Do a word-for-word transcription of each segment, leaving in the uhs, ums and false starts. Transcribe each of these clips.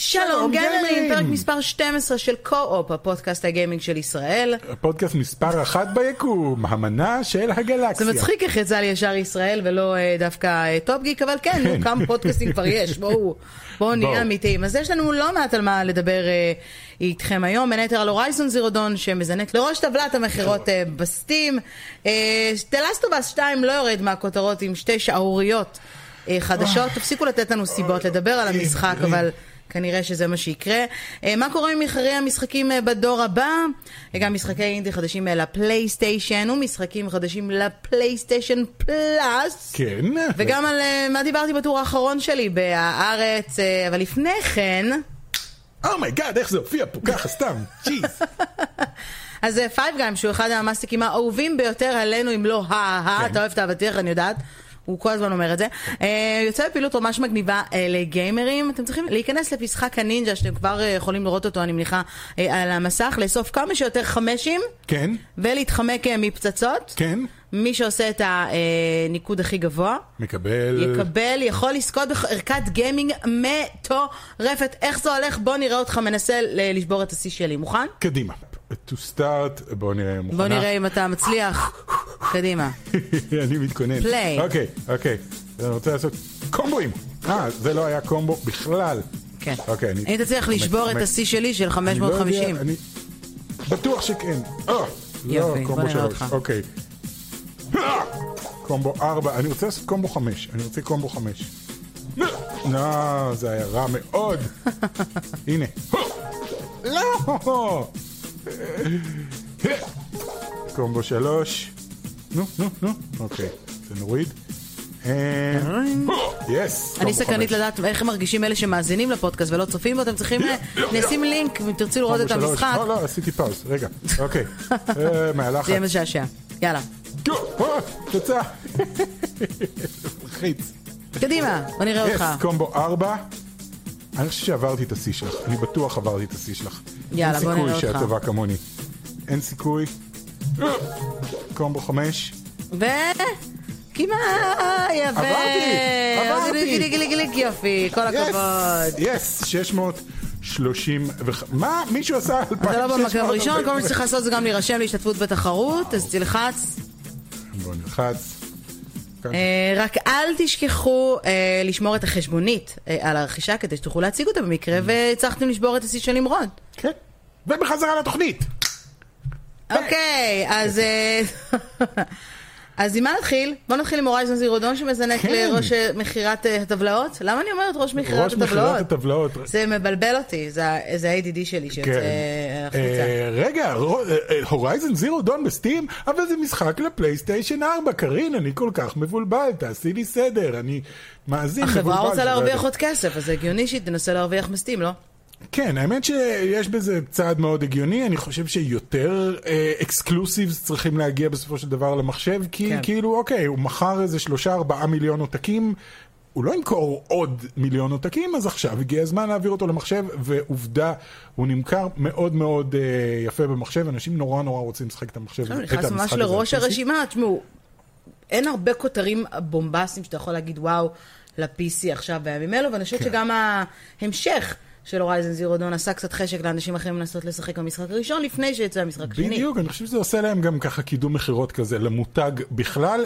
שלום גיימרים, פרק מספר שתים עשרה של קו-אופ, הפודקאסט הגיימינג של ישראל. הפודקאסט מספר אחת ביקום, המנה של הגלקסיה. זה מצחיק איך יצא לי ישר ישראל ולא דווקא טופ גיק, אבל כן, כמה פודקאסטים כבר יש, בואו בואו נהיה אמיתיים. אז יש לנו לא מעט על מה לדבר איתכם היום, בין היתר על הורייזון זירו דון שמזנק לראש טבלת המחירות בסטים. The Last of Us שתיים לא יורד מהכותרות עם שתי שערוריות חדשות, תפסיקו לתת לנו סיבות לדבר על המשחק, אבל כנראה שזה מה שיקרה. מה קורה עם מחירי המשחקים בדור הבא? גם משחקי אינדי חדשים לפלייסטיישן ומשחקים חדשים לפלייסטיישן פלאס. כן. וגם על מה דיברתי בטור האחרון שלי בהארץ, אבל לפני כן... אומייגאד, איך זה הופיע פה ככה סתם, צ'יז. אז פייב גיים, שהוא אחד המאסטיקים האהובים ביותר עלינו, אם לא ה-ה, אתה אוהב את האבטיח, אני יודעת. הוא כל הזמן אומר את זה. יוצא בפעילות ממש מגניבה לגיימרים. אתם צריכים להיכנס לפסחק הנינג'ה, שאתם כבר יכולים לראות אותו, אני מניחה, על המסך, לאסוף כמה שיותר חמשים. כן. ולהתחמק מפצצות. כן. מי שעושה את הניקוד הכי גבוה. מקבל. יקבל, יכול לזכות בערכת גיימינג מטורפת. איך זה הולך? בוא נראה אותך מנסה לשבור את השיא שלי. מוכן? קדימה. To start, בוא נראה מוכנה. בוא נראה אם אתה מצליח. קדימה. אני מתכונן. פליי. אוקיי, אוקיי. אני רוצה לעשות קומבואים. אה, זה לא היה קומבו בכלל. כן. אוקיי, אני... אני תצליח לשבור את השיא שלי של חמש מאות וחמישים. אני בטוח שכן. אה, לא, קומבו שלוש. אוקיי. קומבו ארבע. אני רוצה לעשות קומבו חמש. אני רוצה קומבו חמש. לא, זה היה רע מאוד. הנה. לא! קומבו שלוש. נו, נו, נו. אוקיי, זה נוריד. יס. אני סקרנית לדעת איך הם מרגישים אלה שמאזינים לפודקאסט ולא צופים בו. אתם צריכים נשים לינק אם תרצו לראות את המשחק. לא, לא, עשיתי פאוס. רגע. אוקיי. מהלחץ. זה יהיה משעשע. יאללה. תוצאה. מלחיץ. קדימה, בוא נראה אותך. יס, קומבו ארבע. אני חושב שעברתי את השיא שלך. אני בטוח עברתי את השיא שלך. יאללה, בוא נראה אותך. אין סיכוי שאת טובה כמוני. אין סיכוי. קומבו חמש. ו... כמעט, יפה. עברתי, עברתי. גליק, גליק, גליק, יופי, כל הכבוד. יס, שש מאות שלושים וחמש. מה? מישהו עשה אלפיים ושש מאות? אתה לא במקום ראשון, כל מה שצריך לעשות זה גם להירשם להשתתפות בתחרות, אז תלחץ. בוא נלחץ. רק אל תשכחו לשמור את החשבונית על הרכישה כדי שתוכלו להציג אותה במקרה והצלחתם לשבור את השיא של נמרוד. כן. ובחזרה לתוכנית. אוקיי, אז אז עם מה נתחיל? בוא נתחיל עם הורייזון זירו דון שמזנק לראש מחירת הטבלאות. למה אני אומרת ראש מחירת הטבלאות? ראש מחירת הטבלאות. זה מבלבל אותי, זה ה-איי די די שלי שיוצא החוצה. רגע, הורייזון זירו דון בסטים, אבל זה משחק לפלייסטיישן ארבע. קרין, אני כל כך מבולבל, תעשי לי סדר, אני מאזין מבולבל. החברה רוצה להרוויח עוד כסף, אז זה הגיוני שהיא תנסה להרוויח בסטים, לא? כן, האמת שיש בזה צעד מאוד הגיוני. אני חושב שיותר אקסקלוסיבס צריכים להגיע בסופו של דבר למחשב, כי כאילו, אוקיי, הוא מכר איזה שלושה ארבעה מיליון עותקים, הוא לא ימכור עוד מיליון עותקים, אז עכשיו הגיע הזמן להעביר אותו למחשב, ועובדה, הוא נמכר מאוד מאוד יפה במחשב, אנשים נורא נורא רוצים לשחק את המחשב. אני נכנס ממש לראש הרשימה, תשמעו, אין הרבה כותרים בומבסים שאתה יכול להגיד וואו ל-פי סי עכשיו בימים אלו, ואני חושבת שגם ההמשך של הורייזון זירו דון עשה קצת חשק לאנשים אחרים לנסות לשחק במשחק הראשון לפני שיצא המשחק השני. בדיוק, אני חושב שזה עושה להם גם ככה קידום מחירות כזה למותג בכלל.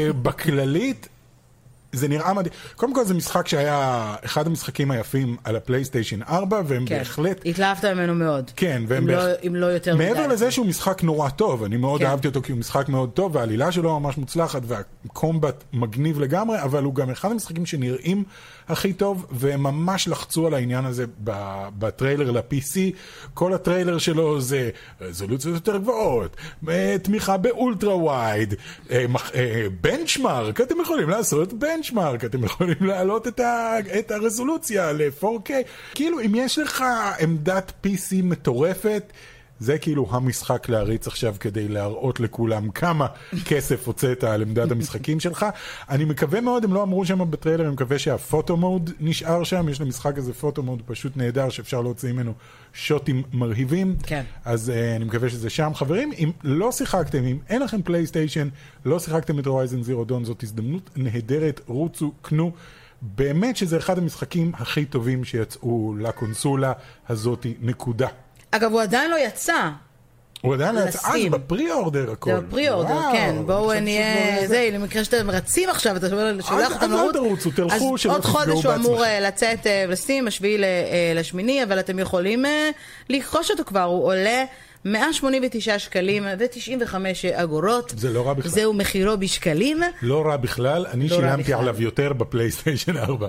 בכללית זה נראה מדהים. קודם כל זה משחק שהיה אחד המשחקים היפים על הפלייסטיישן ארבע, והם בהחלט... התלהבת ממנו מאוד. כן, והם אם לא יותר מדי. מעבר לזה שהוא משחק נורא טוב, אני מאוד אהבתי אותו כי הוא משחק מאוד טוב, והעלילה שלו ממש מוצלחת, והקומבט מגניב לגמרי, אבל הוא גם אחד המשחקים שנראים הכי טוב, והם ממש לחצו על העניין הזה בטריילר ל-פי סי. כל הטריילר שלו זה רזולוציות יותר גבוהות, תמיכה באולטרה ווייד, בנצ'מארק, אתם יכולים לעשות בנצ'מארק, אתם יכולים להעלות את, ה, את הרזולוציה ל-פור קיי. כאילו, אם יש לך עמדת פי סי מטורפת, זה כאילו המשחק להריץ עכשיו כדי להראות לכולם כמה כסף הוצאת על עמדת המשחקים שלך. אני מקווה מאוד, הם לא אמרו שם בטריילר, אני מקווה שהפוטו מוד נשאר שם, יש למשחק הזה פוטו מוד פשוט נהדר, שאפשר להוציא ממנו שוטים מרהיבים. כן. אז uh, אני מקווה שזה שם. חברים, אם לא שיחקתם, אם אין לכם פלייסטיישן, לא שיחקתם את הורייזון זירו דון, זאת הזדמנות נהדרת, רוצו, קנו. באמת שזה אחד המשחקים הכי טובים שיצאו לקונסולה הזאת, נקודה. אגב, הוא עדיין לא יצא. הוא עדיין לא יצא, אז בפרי-אורדר הכל. זה בפרי-אורדר, כן. בואו נהיה, זה, למקרה שאתם רצים עכשיו, אתה שולח אותם לרוץ. אז אל תרוצו, תלכו, שלא עוד תפגעו חודש הוא אמור בעצמכם. לצאת לסטים, השביעי לשמיני, אבל אתם יכולים לרכוש אותו כבר, הוא עולה מאה שמונים ותשעה שקלים ו-תשעים וחמש אגורות. זה לא רע בכלל. זהו מחירו בשקלים. לא רע בכלל, אני שילמתי עליו יותר בפלייסטיישן ארבע.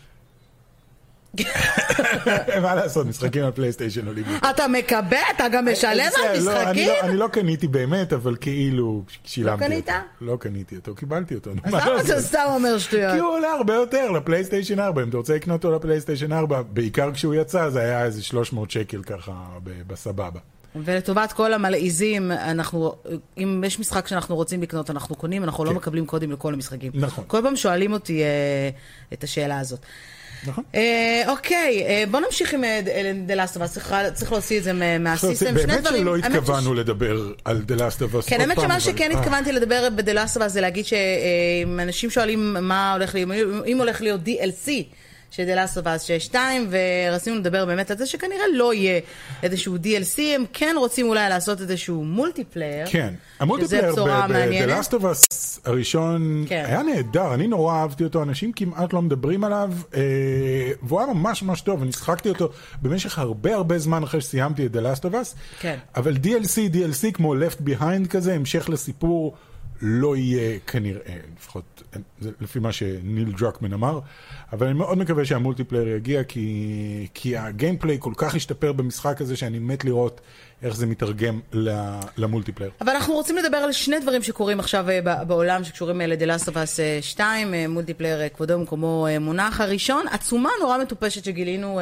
מה לעשות, משחקים על פלייסטיישן עולים. אתה מקבל, אתה גם משלם על משחקים? אני לא קניתי באמת, אבל כאילו שילמתי אותו. לא קנית? לא קניתי אותו, קיבלתי אותו. אז למה אתה סתם אומר שטויות? כי הוא עולה הרבה יותר לפלייסטיישן ארבע. אם אתה רוצה לקנות אותו לפלייסטיישן ארבע, בעיקר כשהוא יצא, זה היה איזה שלוש מאות שקל ככה בסבבה. ולטובת כל המלעיזים, אנחנו, אם יש משחק שאנחנו רוצים לקנות, אנחנו קונים, אנחנו לא מקבלים קודים לכל המשחקים. נכון. כל פעם שואלים אותי את השאלה הזאת. נכון. אוקיי, בוא נמשיך עם The Last of Us, צריך להוציא את זה מהסיסטם. באמת שלא התכוונו לדבר על The Last of Us. כן, האמת שמה שכן התכוונתי לדבר ב-The Last of Us זה להגיד שאנשים שואלים מה הולך להיות, אם הולך להיות די אל סי של The Last of Us שתיים, ורצינו לדבר באמת על זה שכנראה לא יהיה איזשהו די אל סי, הם כן רוצים אולי לעשות איזשהו מולטיפלייר. כן, המולטיפלייר ב-The Last of Us הראשון היה נהדר, אני נורא אהבתי אותו, אנשים כמעט לא מדברים עליו, והוא היה ממש ממש טוב, אני שחקתי אותו במשך הרבה הרבה זמן אחרי שסיימתי את The Last of Us, אבל די אל סי, די אל סי כמו Left Behind כזה, המשך לסיפור, לא יהיה כנראה, לפחות לפי מה שניל דרקמן אמר, אבל אני מאוד מקווה שהמולטיפלייר יגיע, כי, כי הגיימפליי כל כך השתפר במשחק הזה, שאני מת לראות איך זה מתרגם למולטיפלייר. אבל אנחנו רוצים לדבר על שני דברים שקורים עכשיו בעולם, שקשורים ל-The Last of Us שתיים, מולטיפלייר כבודו במקומו מונח. הראשון, עצומה נורא מטופשת שגילינו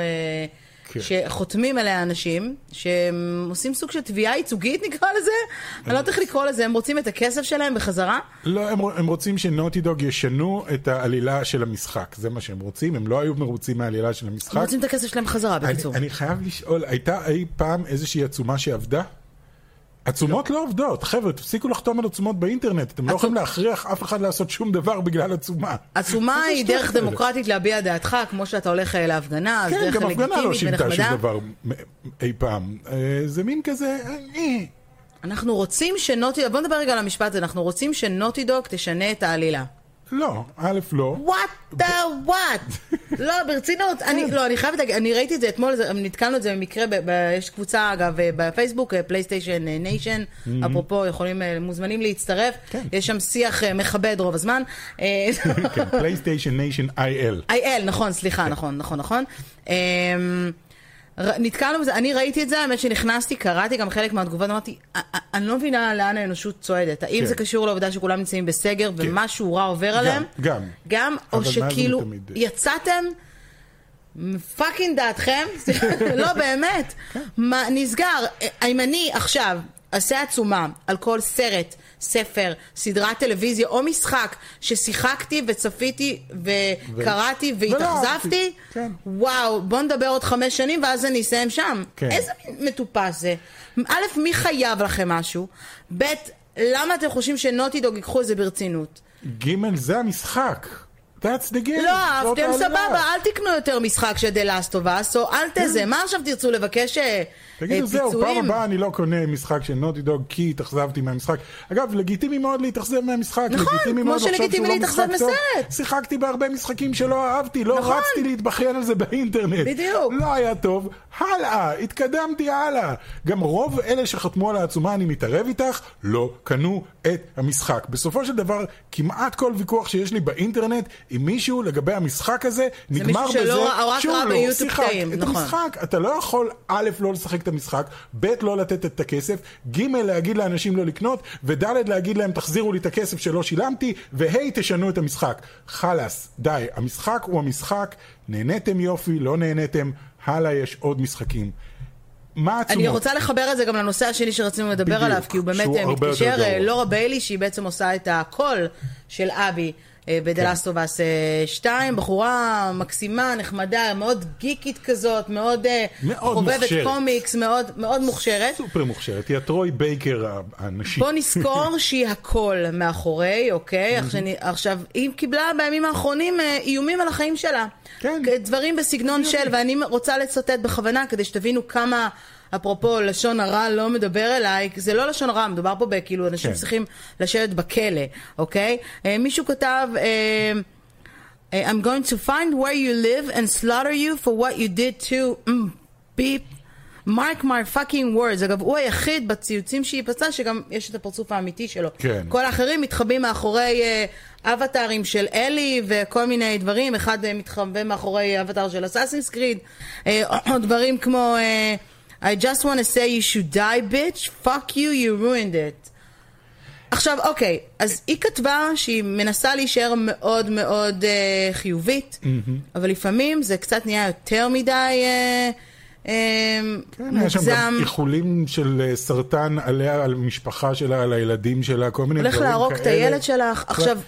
שחותמים עליה אנשים, שהם עושים סוג של תביעה ייצוגית נקרא לזה, אני לא צריך לקרוא לזה, הם רוצים את הכסף שלהם בחזרה? לא, הם רוצים שנוטי דוג ישנו את העלילה של המשחק, זה מה שהם רוצים, הם לא היו מרוצים מהעלילה של המשחק. הם רוצים את הכסף שלהם בחזרה, בקיצור. אני חייב לשאול, הייתה אי פעם איזושהי עצומה שעבדה? עצומות לא עובדות, חבר'ה, תפסיקו לחתום על עצומות באינטרנט, אתם לא יכולים להכריח אף אחד לעשות שום דבר בגלל עצומה. עצומה היא דרך דמוקרטית להביע דעתך, כמו שאתה הולך להפגנה, כן, גם הפגנה לא שינתה שום דבר אי פעם. זה מין כזה... אנחנו רוצים שנוטי דוג, בוא נדבר רגע על המשפט, אנחנו רוצים שנוטי דוג תשנה את העלילה. לא, א' לא. What the what? לא, ברצינות. אני, לא, אני חייבת, אני ראיתי את זה אתמול, נתקלנו את זה במקרה, יש קבוצה, אגב, בפייסבוק, פלייסטיישן ניישן, אפרופו, יכולים, מוזמנים להצטרף, יש שם שיח מכבד רוב הזמן. פלייסטיישן ניישן איי אל. איי אל, נכון, סליחה, נכון, נכון, נכון. נתקלנו בזה, אני ראיתי את זה, האמת שנכנסתי, קראתי גם חלק מהתגובות, אמרתי, אני לא מבינה לאן האנושות צועדת, האם זה קשור לעובדה שכולם נמצאים בסגר ומשהו רע עובר עליהם? גם. גם, או שכאילו יצאתם פאקינג דעתכם? לא באמת. נסגר, אם אני עכשיו עושה עצומה על כל סרט, ספר, סדרת טלוויזיה או משחק ששיחקתי וצפיתי וקראתי והתאכזבתי, וואו, בוא נדבר עוד חמש שנים ואז אני אסיים שם. איזה מטופש זה? א', מי חייב לכם משהו? ב', למה אתם חושבים שנוטי דוג ייקחו את זה ברצינות? ג', זה המשחק. That's the game. לא אהבתם, סבבה, אל תקנו יותר משחק של The Last of Us, או אל תזה, מה עכשיו תרצו לבקש תגידו, זהו, פעם הבאה אני לא קונה משחק של נוטי דוג כי התאכזבתי מהמשחק. אגב, לגיטימי מאוד להתאכזב מהמשחק. נכון, כמו שלגיטימי להתאכזב מסרט. שיחקתי בהרבה משחקים שלא אהבתי, לא רצתי להתבכיין על זה באינטרנט. בדיוק. לא היה טוב, הלאה, התקדמתי הלאה. גם רוב אלה שחתמו על העצומה, אני מתערב איתך, לא קנו את המשחק. בסופו של דבר, כמעט כל ויכוח שיש לי באינטרנט עם מישהו לגבי המשחק הזה, נגמר בזה שהוא לא שיחק את המשחק. אתה לא יכול, א', לא לשחק את המשחק, ב', לא לתת את הכסף, ג', להגיד לאנשים לא לקנות, וד', להגיד להם תחזירו לי את הכסף שלא שילמתי, והי, תשנו את המשחק. חלס, די, המשחק הוא המשחק, נהניתם יופי, לא נהניתם, הלאה יש עוד משחקים. אני רוצה לחבר את זה גם לנושא השני שרצינו לדבר עליו, כי הוא באמת מתקשר, לורה ביילי, שהיא בעצם עושה את הקול של אבי, ב-The Last of Us שתיים, בחורה מקסימה, נחמדה, מאוד גיקית כזאת, מאוד, מאוד חובבת מוכשרת. קומיקס, מאוד, מאוד מוכשרת. סופר מוכשרת, היא הטרוי בייקר הנשי. בוא נזכור שהיא הכל מאחורי, אוקיי? עכשיו, היא קיבלה בימים האחרונים איומים על החיים שלה. כן. דברים בסגנון של, ואני רוצה לצטט בכוונה כדי שתבינו כמה... אפרופו, לשון הרע לא מדבר אליי, זה לא לשון הרע, מדובר פה בכאילו אנשים כן. צריכים לשבת בכלא, אוקיי? Uh, מישהו כתב, uh, I'm going to find where you live and slaughter you for what you did to mm, beep, mark my fucking words. אגב, הוא היחיד בציוצים שהיא פצעה, שגם יש את הפרצוף האמיתי שלו. כן. כל האחרים מתחבאים מאחורי uh, אבטרים של אלי וכל מיני דברים, אחד uh, מתחבא מאחורי אבטר של Assassin's Creed, uh, או דברים כמו... Uh, I just want to say you should die, bitch. Fuck you, you ruined it. עכשיו, אוקיי, אז היא כתבה שהיא מנסה להישאר מאוד מאוד uh, חיובית, mm-hmm. אבל לפעמים זה קצת נהיה יותר מדי uh, uh, כן, מוגזם. יש שם גם איחולים של uh, סרטן עליה, על המשפחה שלה, על הילדים שלה, כל מיני דברים כאלה. הולך להרוג את הילד שלך. עכשיו,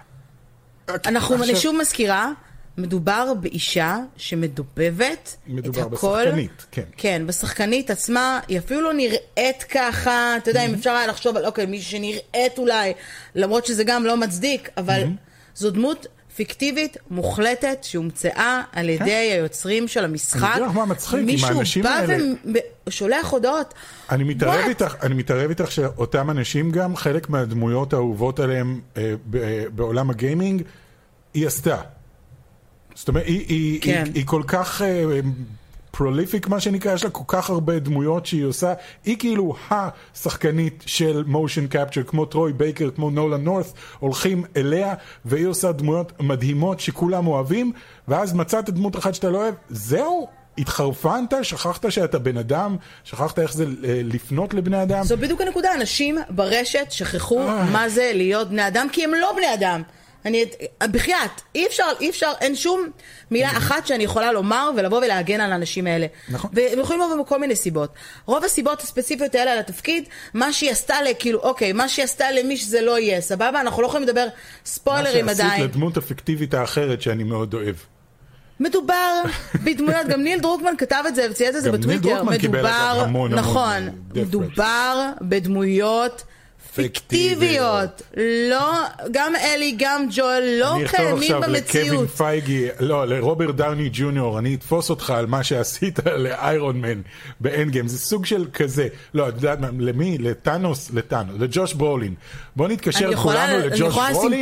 אנחנו, עכשיו... אני שוב מזכירה, מדובר באישה שמדובבת מדובר את הכל. בשחקנית, כן. כן, בשחקנית עצמה, היא אפילו לא נראית ככה, אתה יודע, mm-hmm. אם אפשר היה לחשוב על, אוקיי, מישהו שנראית אולי, למרות שזה גם לא מצדיק, אבל mm-hmm. זו דמות פיקטיבית, מוחלטת, שהומצאה על ידי היוצרים של המשחק. אני יודע מה מצחיק, עם האנשים האלה. מישהו בא ושולח הודעות. אני מתערב איתך, אני מתערב איתך שאותם אנשים גם, חלק מהדמויות האהובות עליהם אה, בעולם הגיימינג, היא עשתה. זאת אומרת, היא, היא, כן. היא, היא כל כך פרוליפיק, מה שנקרא, יש לה כל כך הרבה דמויות שהיא עושה, היא כאילו השחקנית של מושן קפצ'ר, כמו טרוי בייקר, כמו נולן נורת', הולכים אליה, והיא עושה דמויות מדהימות שכולם אוהבים, ואז מצאת דמות אחת שאתה לא אוהב, זהו, התחרפנת, שכחת שאתה בן אדם, שכחת איך זה לפנות לבני אדם. זו בדיוק הנקודה, אנשים ברשת שכחו מה זה להיות בני אדם, כי הם לא בני אדם. אני, בחייאת, אי אפשר, אי אפשר, אין שום מילה אחת שאני יכולה לומר ולבוא ולהגן על האנשים האלה. נכון. והם יכולים לבוא בכל מיני סיבות. רוב הסיבות הספציפיות האלה על התפקיד, מה שהיא עשתה כאילו, אוקיי, מה שהיא עשתה למי שזה לא יהיה, סבבה? אנחנו לא יכולים לדבר ספוילרים עדיין. מה שעשית לדמות הפיקטיבית האחרת שאני מאוד אוהב. מדובר בדמויות, גם ניל דרוקמן כתב את זה וציית את זה בטוויטר. גם ניל דרוקמן קיבל המון, נכון, מדובר בדמויות פיקטיביות, לא, גם אלי, גם ג'ואל, לא קיימים במציאות. אני אכתוב עכשיו לקווין פייגי, לא, לרוברט דאוני ג'וניור, אני אתפוס אותך על מה שעשית לאיירון מן באנד גיים, זה סוג של כזה, לא, את יודעת מה, למי? לטאנוס, לטאנוס, לג'וש ברולין. בוא נתקשר כולנו לג'וש ברולין,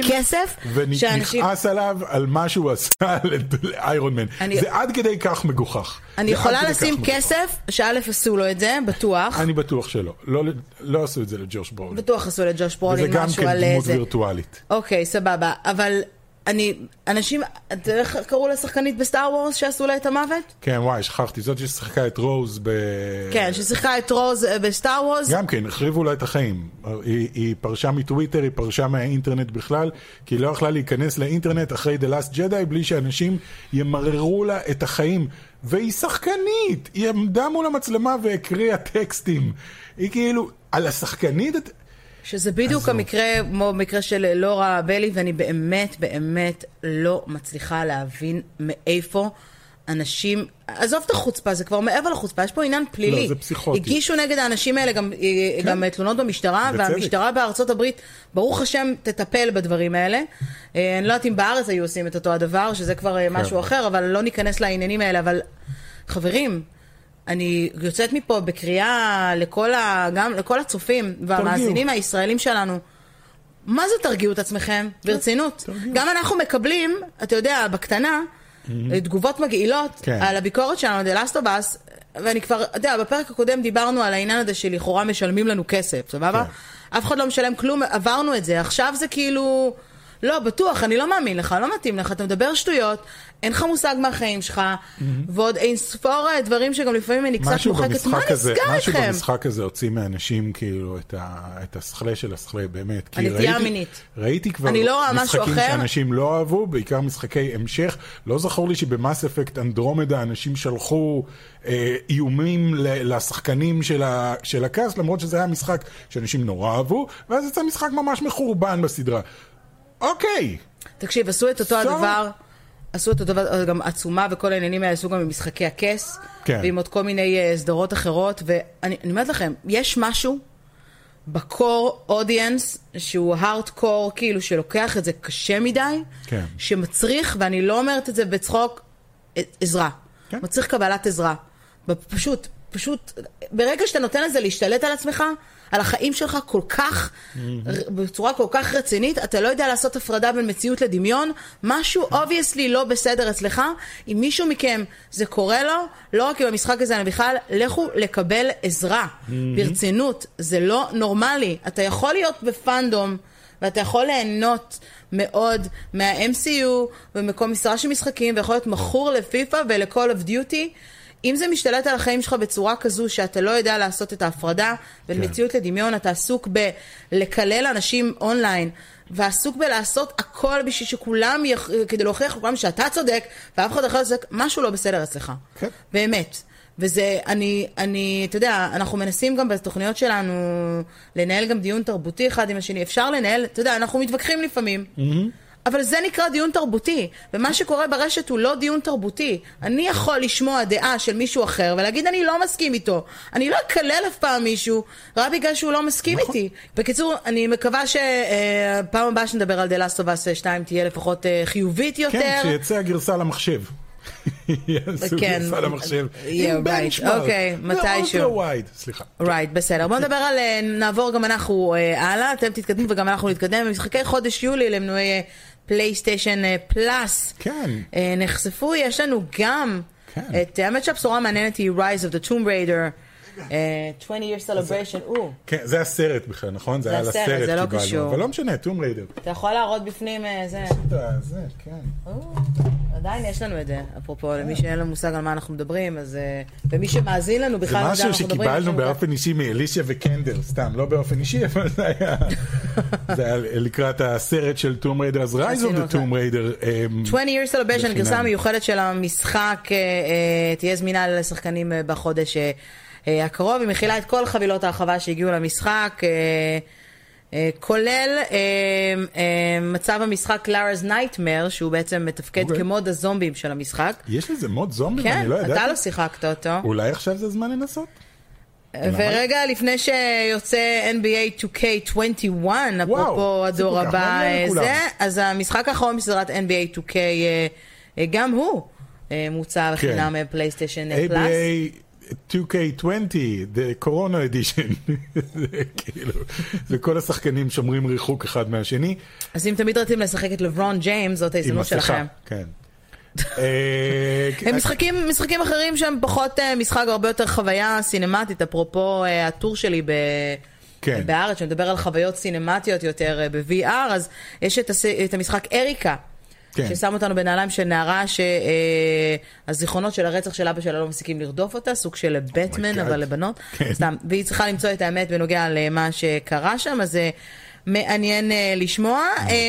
ונכעס עליו על מה שהוא עשה לאיירון מן. זה עד כדי כך מגוחך. אני יכולה לשים כסף, שא' עשו לו את זה, בטוח. אני בטוח שלא, לא עשו את זה לג'וש ברולין. בטוח עשו לג'וש ברולין משהו על זה. וזה גם כן דמות וירטואלית. אוקיי, סבבה. אבל אני, אנשים, אתה יודע איך קראו לשחקנית בסטאר וורס שעשו לה את המוות? כן, וואי, שכחתי. זאת ששיחקה את רוז ב... כן, ששיחקה את רוז בסטאר וורס. גם כן, החריבו לה את החיים. היא, היא פרשה מטוויטר, היא פרשה מהאינטרנט בכלל, כי היא לא יכלה להיכנס לאינטרנט אחרי The Last Jedi, בלי שאנשים ימררו לה את החיים. והיא שחקנית. היא עמדה מול המצלמה והקריאה טקסטים. היא כאילו, על השחקנית... שזה בדיוק המקרה, כמו מקרה של לורה בלי, ואני באמת, באמת לא מצליחה להבין מאיפה אנשים, עזוב את החוצפה, זה כבר מעבר לחוצפה, יש פה עניין פלילי. לא, זה פסיכוטי. הגישו נגד האנשים האלה גם, כן. גם תלונות במשטרה, בצדק. והמשטרה בארצות הברית, ברוך השם, תטפל בדברים האלה. אני לא יודעת אם בארץ היו עושים את אותו הדבר, שזה כבר כן. משהו אחר, אבל לא ניכנס לעניינים האלה, אבל חברים, אני יוצאת מפה בקריאה לכל, ה, גם, לכל הצופים והמאזינים הישראלים שלנו. מה זה תרגיעו את עצמכם? ברצינות. תרגיעו. גם אנחנו מקבלים, אתה יודע, בקטנה, mm-hmm. תגובות מגעילות כן. על הביקורת שלנו, The Last of Us, ואני כבר, אתה יודע, בפרק הקודם דיברנו על העניין הזה שלכאורה משלמים לנו כסף, סבבה? כן. אף אחד לא משלם כלום, עברנו את זה. עכשיו זה כאילו... לא, בטוח, אני לא מאמין לך, לא מתאים לך, אתה מדבר שטויות, אין לך מושג מהחיים שלך, mm-hmm. ועוד אין ספור דברים שגם לפעמים אני קצת מוחקת, מה נסגר לכם? משהו במשחק הזה הוציא מאנשים כאילו את, ה, את השכלה של השכלה, באמת. הנטייה המינית. ראיתי כבר לא משחקים שאנשים לא אהבו, בעיקר משחקי המשך, לא זכור לי שבמס אפקט אנדרומדה אנשים שלחו אה, איומים לשחקנים של, ה, של הקאסט, למרות שזה היה משחק שאנשים נורא אהבו, ואז יצא משחק ממש מחורבן בסדרה. אוקיי. תקשיב, עשו את אותו הדבר, עשו את אותו דבר, גם עצומה וכל העניינים האלה עשו גם עם משחקי הכס, כן. ועם עוד כל מיני uh, סדרות אחרות, ואני אומרת לכם, יש משהו בקור אודיאנס, שהוא הארדקור, כאילו שלוקח את זה קשה מדי, כן. שמצריך, ואני לא אומרת את זה בצחוק, עזרה. כן. מצריך קבלת עזרה. פשוט, פשוט, ברגע שאתה נותן לזה להשתלט על עצמך, על החיים שלך כל כך, mm-hmm. בצורה כל כך רצינית, אתה לא יודע לעשות הפרדה בין מציאות לדמיון, משהו obviously לא בסדר אצלך, אם מישהו מכם זה קורה לו, לא רק עם המשחק הזה, אני בכלל, לכו לקבל עזרה, mm-hmm. ברצינות, זה לא נורמלי, אתה יכול להיות בפנדום, ואתה יכול ליהנות מאוד מה-אם סי יו, ומקום משרה של משחקים, ויכול להיות מכור לפיפה ול-Call of Duty, אם זה משתלט על החיים שלך בצורה כזו שאתה לא יודע לעשות את ההפרדה בין כן. מציאות לדמיון, אתה עסוק בלקלל אנשים אונליין, ועסוק בלעשות הכל בשביל שכולם, יח... כדי להוכיח לכולם שאתה צודק, ואף אחד אחר צודק, משהו לא בסדר אצלך. כן. באמת. וזה, אני, אני, אתה יודע, אנחנו מנסים גם בתוכניות שלנו לנהל גם דיון תרבותי אחד עם השני. אפשר לנהל, אתה יודע, אנחנו מתווכחים לפעמים. Mm-hmm. אבל זה נקרא דיון תרבותי, ומה שקורה ברשת הוא לא דיון תרבותי. אני יכול לשמוע דעה של מישהו אחר, ולהגיד אני לא מסכים איתו. אני לא אקלל אף פעם מישהו, רק בגלל שהוא לא מסכים נכון. איתי. בקיצור, אני מקווה שפעם הבאה שנדבר על The Last of Us שתיים תהיה לפחות חיובית יותר. כן, שיצא הגרסה למחשב. יעשו כן. גרסה למחשב. עם בנצ'מארק. אוקיי, מתישהו. לא ווייד, סליחה. רייט, בסדר. בואו נדבר על, נעבור גם אנחנו הלאה, אתם תתקדמו וגם אנחנו נתקדם. במשחקי חודש יולי למנועי פלייסטיישן פלאס. כן. נחשפו, יש לנו גם את, האמת שהבשורה המעניינת היא Rise of the Tomb Raider, twenty year celebration. כן, זה הסרט בכלל, נכון? זה היה לסרט, זה לא קשור. אבל לא משנה, Tomb Raider. אתה יכול להראות בפנים זה. זה, כן. עדיין יש לנו את זה, אפרופו, למי שאין לנו מושג על מה אנחנו מדברים, אז ומי שמאזין לנו בכלל זה משהו שקיבלנו באופן אישי מאלישיה וקנדר, סתם, לא באופן אישי, אבל זה היה זה היה לקראת הסרט של Tomb Raider, אז Rise of the Tomb Raider. twenty year celebration, גרסה מיוחדת של המשחק, תהיה זמינה לשחקנים בחודש הקרוב, היא מכילה את כל חבילות ההרחבה שהגיעו למשחק, כולל מצב המשחק Lara's Nightmare, שהוא בעצם מתפקד כמוד הזומבים של המשחק. יש לזה מוד זומבים? אני לא ידעתי. כן, אתה לא שיחקת אותו. אולי עכשיו זה זמן לנסות? ורגע לפני שיוצא אן בי איי טו קיי עשרים ואחת, אפרופו הדור הבא, אז המשחק האחרון בסדרת אן בי איי טו קיי גם הוא מוצע לחינם פלייסטיישן פלאס. טו קיי עשרים, the Corona Edition. זה כאילו, זה כל השחקנים שומרים ריחוק אחד מהשני. אז אם תמיד רציתם לשחק את לברון ג'יימס, זאת ההזדמנות שלכם. כן. הם משחקים, משחקים אחרים שהם פחות משחק, הרבה יותר חוויה סינמטית, אפרופו הטור שלי ב... כן. בארץ, שמדבר על חוויות סינמטיות יותר ב-וי אר, אז יש את, הס... את המשחק אריקה, כן. ששם אותנו בנעליים של נערה שהזיכרונות של הרצח של אבא שלה לא מפסיקים לרדוף אותה, סוג של בטמן, oh אבל לבנות. כן. סתם, והיא צריכה למצוא את האמת בנוגע למה שקרה שם, אז זה מעניין לשמוע.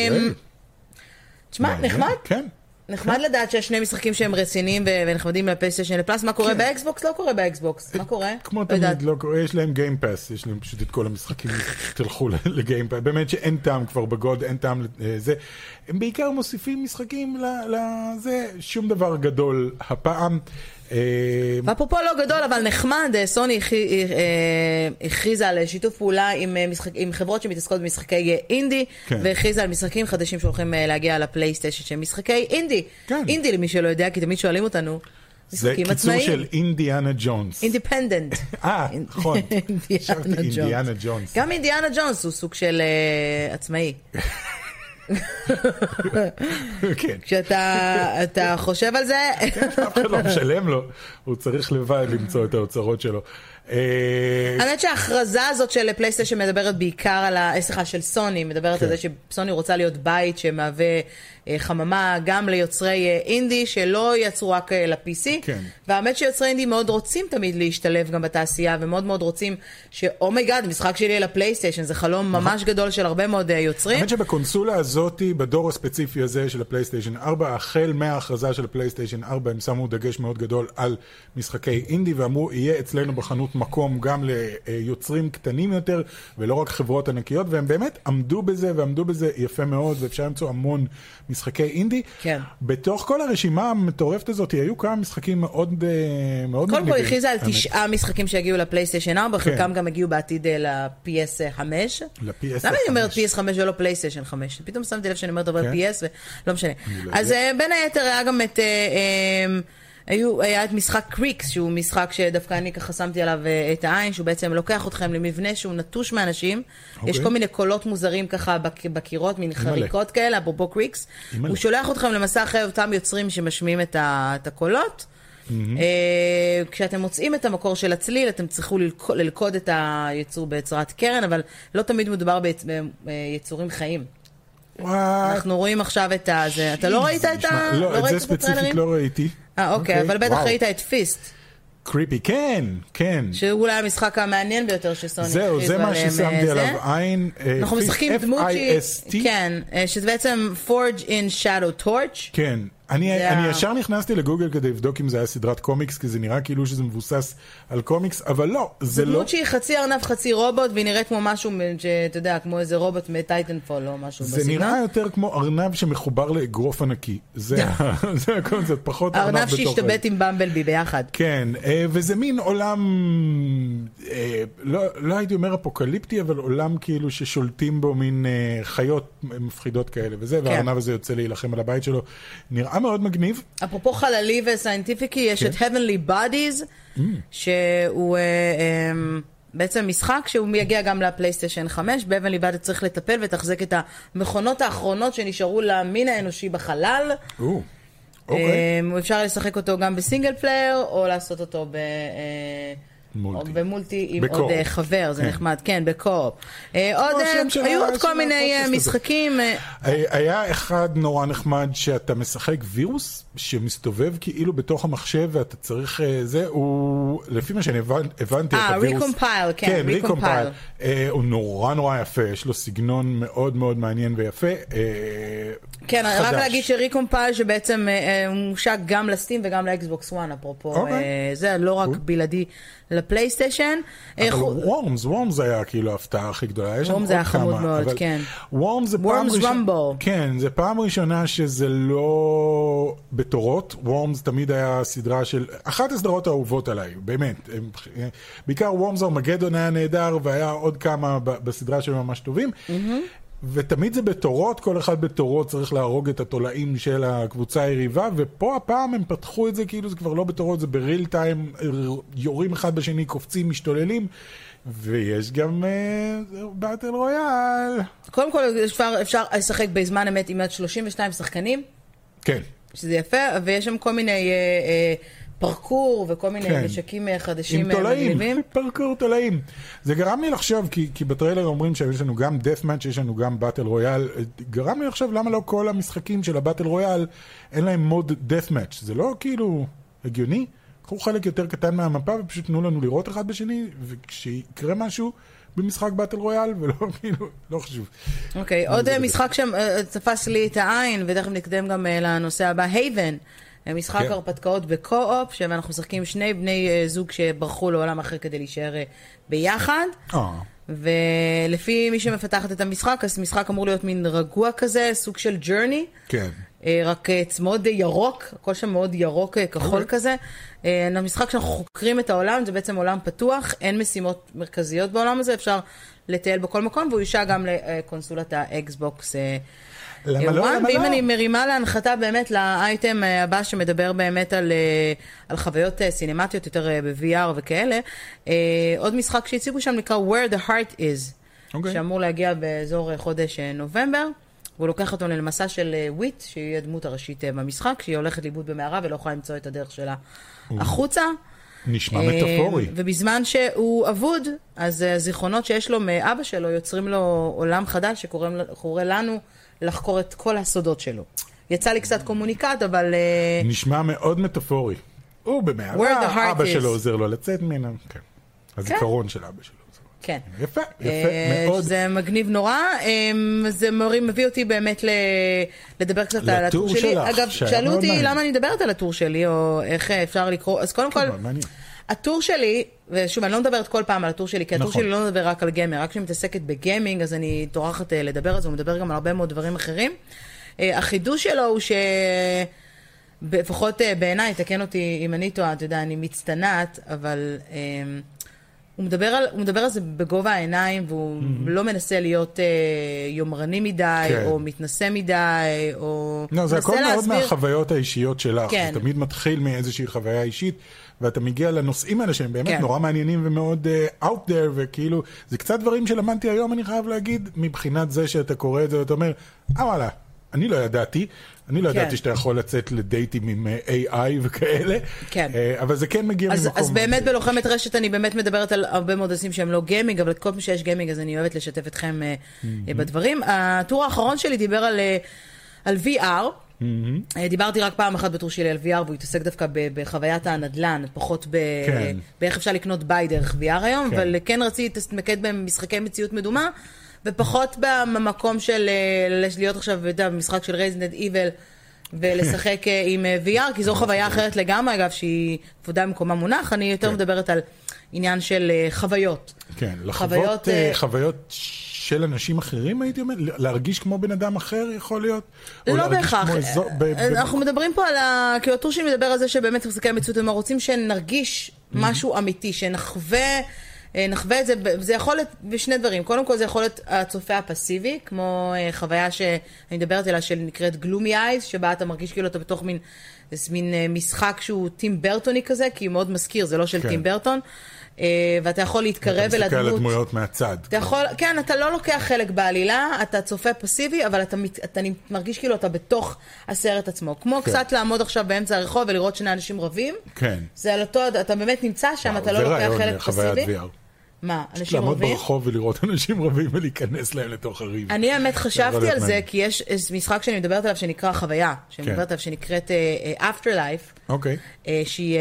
תשמע, נחמד? כן. נחמד לדעת שיש שני משחקים שהם רציניים ונחמדים לפלייסטיישן לפלאס. מה קורה באקסבוקס? לא קורה באקסבוקס. מה קורה? כמו תמיד, יש להם גיים פאס, יש להם פשוט את כל המשחקים, תלכו לגיים פאס. באמת שאין טעם כבר בגוד, אין טעם לזה. הם בעיקר מוסיפים משחקים לזה, שום דבר גדול הפעם. ואפרופו לא גדול, אבל נחמד, סוני הכריזה על שיתוף פעולה עם חברות שמתעסקות במשחקי אינדי, והכריזה על משחקים חדשים שהולכים להגיע לפלייסטיישן שהם משחקי אינדי. אינדי למי שלא יודע, כי תמיד שואלים אותנו. זה קיצור של אינדיאנה ג'ונס. אינדיפנדנט. אה, נכון. אינדיאנה ג'ונס. גם אינדיאנה ג'ונס הוא סוג של עצמאי. כשאתה חושב על זה, אף אחד לא משלם לו, הוא צריך לבד למצוא את האוצרות שלו. האמת שההכרזה הזאת של פלייסטיישן מדברת בעיקר על, סליחה, של סוני, מדברת על זה שסוני רוצה להיות בית שמהווה חממה גם ליוצרי אינדי שלא יצרו רק ל-פי סי, והאמת שיוצרי אינדי מאוד רוצים תמיד להשתלב גם בתעשייה, ומאוד מאוד רוצים שאומייגאד, משחק שלי לפלייסטיישן, זה חלום ממש גדול של הרבה מאוד יוצרים. האמת שבקונסולה הזו הזאת, בדור הספציפי הזה של הפלייסטיישן ארבע, החל מההכרזה של הפלייסטיישן ארבע, הם שמו דגש מאוד גדול על משחקי אינדי, ואמרו, יהיה אצלנו בחנות מקום גם ליוצרים קטנים יותר, ולא רק חברות ענקיות, והם באמת עמדו בזה, ועמדו בזה יפה מאוד, ואפשר למצוא המון משחקי אינדי. כן. בתוך כל הרשימה המטורפת הזאת, היו כמה משחקים מאוד מאוד קודם כל הכריזה על תשעה משחקים שהגיעו לפלייסטיישן ארבע, חלקם גם הגיעו בעתיד ל-פי אס חמש. ל-פי אס חמש. למה אני אומרת פי אס חמש ולא פלייסטיישן חמש? פתאום שמתי לב שאני אומרת אבל פי אס ולא משנה. אז בין היתר היה גם את... היה את משחק קריקס, שהוא משחק שדווקא אני ככה שמתי עליו את העין, שהוא בעצם לוקח אתכם למבנה שהוא נטוש מאנשים. יש כל מיני קולות מוזרים ככה בקירות, מין חריקות כאלה, אפרופו קריקס. הוא שולח אתכם למסע אחרי אותם יוצרים שמשמיעים את הקולות. כשאתם מוצאים את המקור של הצליל, אתם צריכו ללכוד את היצור ביצירת קרן, אבל לא תמיד מדובר ביצורים חיים. אנחנו רואים עכשיו את זה. אתה לא ראית את ה... לא, את זה ספציפית לא ראיתי. אה, אוקיי, אבל בטח ראית את פיסט. קריפי, כן, כן. שהוא אולי המשחק המעניין ביותר שסוני הכריזו עליהם. זהו, זה מה ששמתי עליו עין. אנחנו משחקים דמות שהיא... כן, שזה בעצם Forge in Shadow Torch. כן. אני, אני ישר נכנסתי לגוגל כדי לבדוק אם זה היה סדרת קומיקס, כי זה נראה כאילו שזה מבוסס על קומיקס, אבל לא, זה, זה לא... דמות שהיא חצי ארנב, חצי רובוט, והיא נראית כמו משהו, שאתה יודע, כמו איזה רובוט מטייטנפול או משהו בסגנון. זה נראה יותר כמו ארנב שמחובר לאגרוף ענקי. זה, זה הקונספט, פחות ארנב בתוך... ארנב שהשתבט עם במבלבי ביחד. כן, וזה מין עולם, לא, לא הייתי אומר אפוקליפטי, אבל עולם כאילו ששולטים בו מין חיות מפחידות כאלה, וזה, והארנב הזה יוצא להילחם על הבית שלו. נראה מאוד מגניב. אפרופו חללי וסיינטיפיקי, יש את Heavenly Bodies, שהוא בעצם משחק שהוא יגיע גם לפלייסטיישן חמש. ב-Heavenly Bodies צריך לטפל ותחזק את המכונות האחרונות שנשארו למין האנושי בחלל. אפשר לשחק אותו גם בסינגל פלייר, או לעשות אותו ב... מולטי. במולטי עם בקור. עוד חבר, זה כן. נחמד, כן, בקור. עוד, היו עוד כל מיני משחקים. היה אחד נורא נחמד שאתה משחק וירוס שמסתובב כאילו בתוך המחשב ואתה צריך, זה, הוא, לפי מה שאני הבנתי, אה, ריקומפייל, כן, כן, ריקומפייל. הוא נורא נורא יפה, יש לו סגנון מאוד מאוד מעניין ויפה. כן, חדש. רק להגיד שריקומפייל שבעצם הוא מושק גם לסטים וגם לאקסבוקס וואן, אפרופו, זה לא רק בלעדי לפלייסטיישן. אבל וורמס, וורמס היה כאילו ההפתעה הכי גדולה. וורמס היה חמוד מאוד, כן. וורמס זה פעם ראשונה... כן, זה פעם ראשונה שזה לא בתורות. וורמס תמיד היה סדרה של... אחת הסדרות האהובות עליי, באמת. בעיקר וורמס ארמגדון היה נהדר, והיה עוד כמה בסדרה שהם ממש טובים. ותמיד זה בתורות, כל אחד בתורות צריך להרוג את התולעים של הקבוצה היריבה, ופה הפעם הם פתחו את זה כאילו זה כבר לא בתורות, זה בריל טיים, יורים אחד בשני, קופצים, משתוללים, ויש גם באטל רויאל. קודם כל אפשר, אפשר לשחק בזמן אמת עם עד שלושים ושניים שחקנים. כן. שזה יפה, ויש שם כל מיני... אה, אה, פרקור וכל מיני כן. נשקים חדשים מגניבים. פרקור תולעים. זה גרם לי לחשוב, כי, כי בטריילר אומרים שיש לנו גם death match, יש לנו גם באטל רויאל. גרם לי לחשוב למה לא כל המשחקים של הבאטל רויאל אין להם מוד death match. זה לא כאילו הגיוני. קחו חלק יותר קטן מהמפה ופשוט תנו לנו לראות אחד בשני, וכשיקרה משהו במשחק באטל רויאל, ולא כאילו, לא חשוב. אוקיי, עוד משחק שתפס לי את העין, ודרך נקדם גם לנושא הבא, Haven. משחק כן. הרפתקאות בקו-אופ, שאנחנו משחקים שני בני זוג שברחו לעולם אחר כדי להישאר ביחד. Oh. ולפי מי שמפתחת את המשחק, אז המשחק אמור להיות מין רגוע כזה, סוג של ג'רני. כן. רק מאוד ירוק, הכל שם מאוד ירוק, כחול okay. כזה. המשחק שאנחנו חוקרים את העולם, זה בעצם עולם פתוח, אין משימות מרכזיות בעולם הזה, אפשר לטייל בכל מקום, והוא יושע גם לקונסולת האקסבוקס. למה לא? למה ואם לא? אני מרימה להנחתה באמת לאייטם הבא שמדבר באמת על, על חוויות סינמטיות יותר ב-וי אר וכאלה, עוד משחק שהציגו שם נקרא Where the Heart Is, okay. שאמור להגיע באזור חודש נובמבר, והוא לוקח אותו למסע של וויט, שהיא הדמות הראשית במשחק, שהיא הולכת לאיבוד במערה ולא יכולה למצוא את הדרך שלה החוצה. נשמע מטאפורי. ובזמן שהוא אבוד, אז הזיכרונות שיש לו מאבא שלו יוצרים לו עולם חדש שקורא לנו לחקור את כל הסודות שלו. יצא לי קצת קומוניקט, אבל... נשמע מאוד מטאפורי. הוא במערה, אבא שלו עוזר לו לצאת ממנה. כן. הזיכרון של אבא שלו. כן. יפה, יפה, מאוד. זה מגניב נורא. זה מביא אותי באמת לדבר קצת על הטור שלי. אגב, שאלו אותי למה אני מדברת על הטור שלי, או איך אפשר לקרוא. אז קודם כל, הטור שלי, ושוב, אני לא מדברת כל פעם על הטור שלי, כי הטור שלי לא מדבר רק על גיימר, רק כשאני מתעסקת בגיימינג, אז אני טורחת לדבר על זה, הוא מדבר גם על הרבה מאוד דברים אחרים. החידוש שלו הוא ש... לפחות בעיניי, תקן אותי אם אני טועה, אתה יודע, אני מצטנת, אבל הוא מדבר על, הוא מדבר על זה בגובה העיניים, והוא לא מנסה להיות יומרני מדי, או מתנשא מדי, או... לא, זה הכל מאוד מהחוויות האישיות שלך. זה תמיד מתחיל מאיזושהי חוויה אישית, ואתה מגיע לנושאים האלה שהם באמת נורא מעניינים ומאוד out there, וכאילו, זה קצת דברים שלמדתי היום, אני חייב להגיד, מבחינת זה שאתה קורא את זה, ואתה אומר, אה וואלה, אני לא ידעתי, אני לא ידעתי שאתה יכול לצאת לדייטים עם איי איי וכאלה, אבל זה כן מגיע ממקום. אז באמת בלוחמת רשת אני באמת מדברת על הרבה מאוד נושאים שהם לא גיימינג, אבל כל פעם שיש גיימינג אז אני אוהבת לשתף אתכם בדברים. הטור האחרון שלי דיבר על וי אר, דיברתי רק פעם אחת בטור שלי על וי אר, והוא התעסק דווקא בחוויית הנדל"ן, פחות באיך אפשר לקנות ביי דרך וי אר היום, אבל כן רציתי להתמקד במשחקי מציאות מדומה, ופחות במקום של להיות עכשיו במשחק של Resident Evil ולשחק עם וי אר, כי זו חוויה אחרת לגמרי, אגב, שהיא כבודה במקומה מונח. אני יותר מדברת על עניין של חוויות. כן, לחוות חוויות של אנשים אחרים, הייתי אומר, להרגיש כמו בן אדם אחר יכול להיות? לא בהכרח. אנחנו מדברים פה על ה... כי הטור שלי מדבר על זה שבאמת משחקי המציאות, הם רוצים שנרגיש משהו אמיתי, שנחווה נחווה את זה, זה יכול להיות בשני דברים. קודם כל זה יכול להיות הצופה הפסיבי, כמו חוויה שאני מדברת אליה שנקראת גלומי אייז, שבה אתה מרגיש כאילו אתה בתוך מין, מין משחק שהוא טים ברטוני כזה, כי הוא מאוד מזכיר, זה לא של כן. טים ברטון, ואתה יכול להתקרב אל הדמות. אתה מסתכל על הדמויות מהצד. אתה יכול, כן, אתה לא לוקח חלק בעלילה, אתה צופה פסיבי, אבל אתה, אתה מרגיש כאילו אתה בתוך הסרט עצמו. כמו כן. קצת לעמוד עכשיו באמצע הרחוב ולראות שני אנשים רבים. כן. זה על אותו, אתה באמת נמצא שם, וואו, אתה לא לוקח חלק פסיבי. מה, אנשים רבים? לעמוד ברחוב ולראות אנשים רבים ולהיכנס להם לתוך הריב. אני האמת חשבתי על זה, כי יש משחק שאני מדברת עליו שנקרא חוויה, שאני מדברת עליו שנקראת Afterlife, אוקיי. שהיא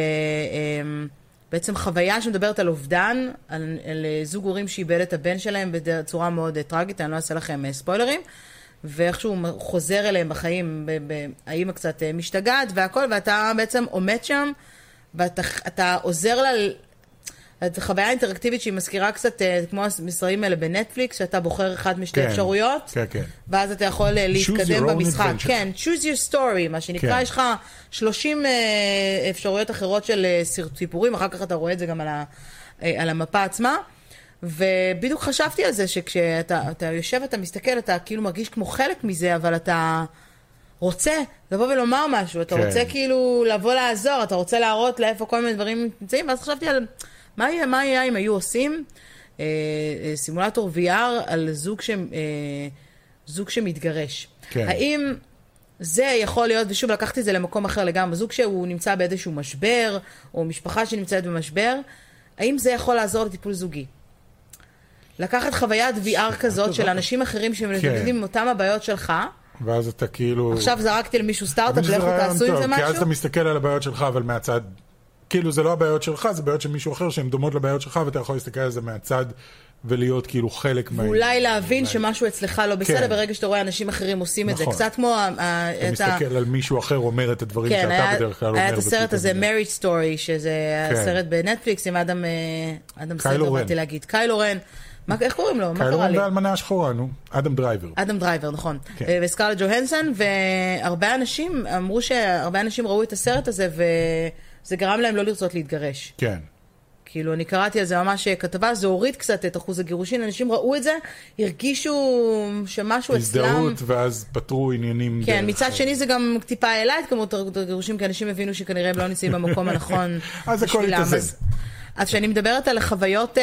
בעצם חוויה שמדברת על אובדן, על זוג הורים שאיבד את הבן שלהם בצורה מאוד טרגית, אני לא אעשה לכם ספוילרים, ואיכשהו חוזר אליהם בחיים, האמא קצת משתגעת והכל, ואתה בעצם עומד שם, ואתה עוזר לה... זו חוויה אינטראקטיבית שהיא מזכירה קצת כמו המסרים האלה בנטפליקס, שאתה בוחר אחד משתי כן, אפשרויות, כן, כן. ואז אתה יכול להתקדם במשחק. כן, choose your story, מה שנקרא, כן. יש לך שלושים אפשרויות אחרות של סיפורים, אחר כך אתה רואה את זה גם על, ה, על המפה עצמה, ובדיוק חשבתי על זה שכשאתה אתה יושב, אתה מסתכל, אתה כאילו מרגיש כמו חלק מזה, אבל אתה רוצה לבוא ולומר משהו, אתה כן. רוצה כאילו לבוא לעזור, אתה רוצה להראות לאיפה כל מיני דברים נמצאים, ואז חשבתי על... מה יהיה, מה יהיה אם היו עושים אה, אה, סימולטור וי אר על זוג, ש, אה, זוג שמתגרש? כן. האם זה יכול להיות, ושוב לקחתי את זה למקום אחר לגמרי, זוג שהוא נמצא באיזשהו משבר, או משפחה שנמצאת במשבר, האם זה יכול לעזור לטיפול זוגי? לקחת חוויית וי אר כזאת של אנשים אחרים שמתמודדים עם אותם הבעיות שלך, ואז אתה כאילו... עכשיו זרקתי למישהו סטארט-אפ, לכו תעשו עם זה משהו? כי אז אתה מסתכל על הבעיות שלך, אבל מהצד... כאילו זה לא הבעיות שלך, זה בעיות של מישהו אחר שהן דומות לבעיות שלך, ואתה יכול להסתכל על זה מהצד ולהיות כאילו חלק מה... ואולי להבין שמשהו אצלך לא בסדר, ברגע שאתה רואה אנשים אחרים עושים את זה. קצת כמו... אתה מסתכל על מישהו אחר אומר את הדברים שאתה בדרך כלל אומר. היה את הסרט הזה, Marriage Story, שזה הסרט בנטפליקס עם אדם סנדלר, באתי להגיד, קיילו רן. איך קוראים לו? קיילו רן והאלמנה השחורה, נו. אדם דרייבר. אדם דרייבר, נכון. וסקרלט ג'והנסון, והרבה אנשים אמרו שהרבה אנשים ראו את הסרט הזה, וזה גרם להם לא לרצות להתגרש. כן. כאילו, אני קראתי על זה ממש כתבה, זה הוריד קצת את אחוז הגירושין, אנשים ראו את זה, הרגישו שמשהו אצלם... הזדהות, ואז פתרו עניינים... כן, מצד שני זה גם טיפה העלה את כמות הגירושים, כי אנשים הבינו שכנראה הם לא נמצאים במקום הנכון. אז הכל התאזן. אז כשאני מדברת על חוויות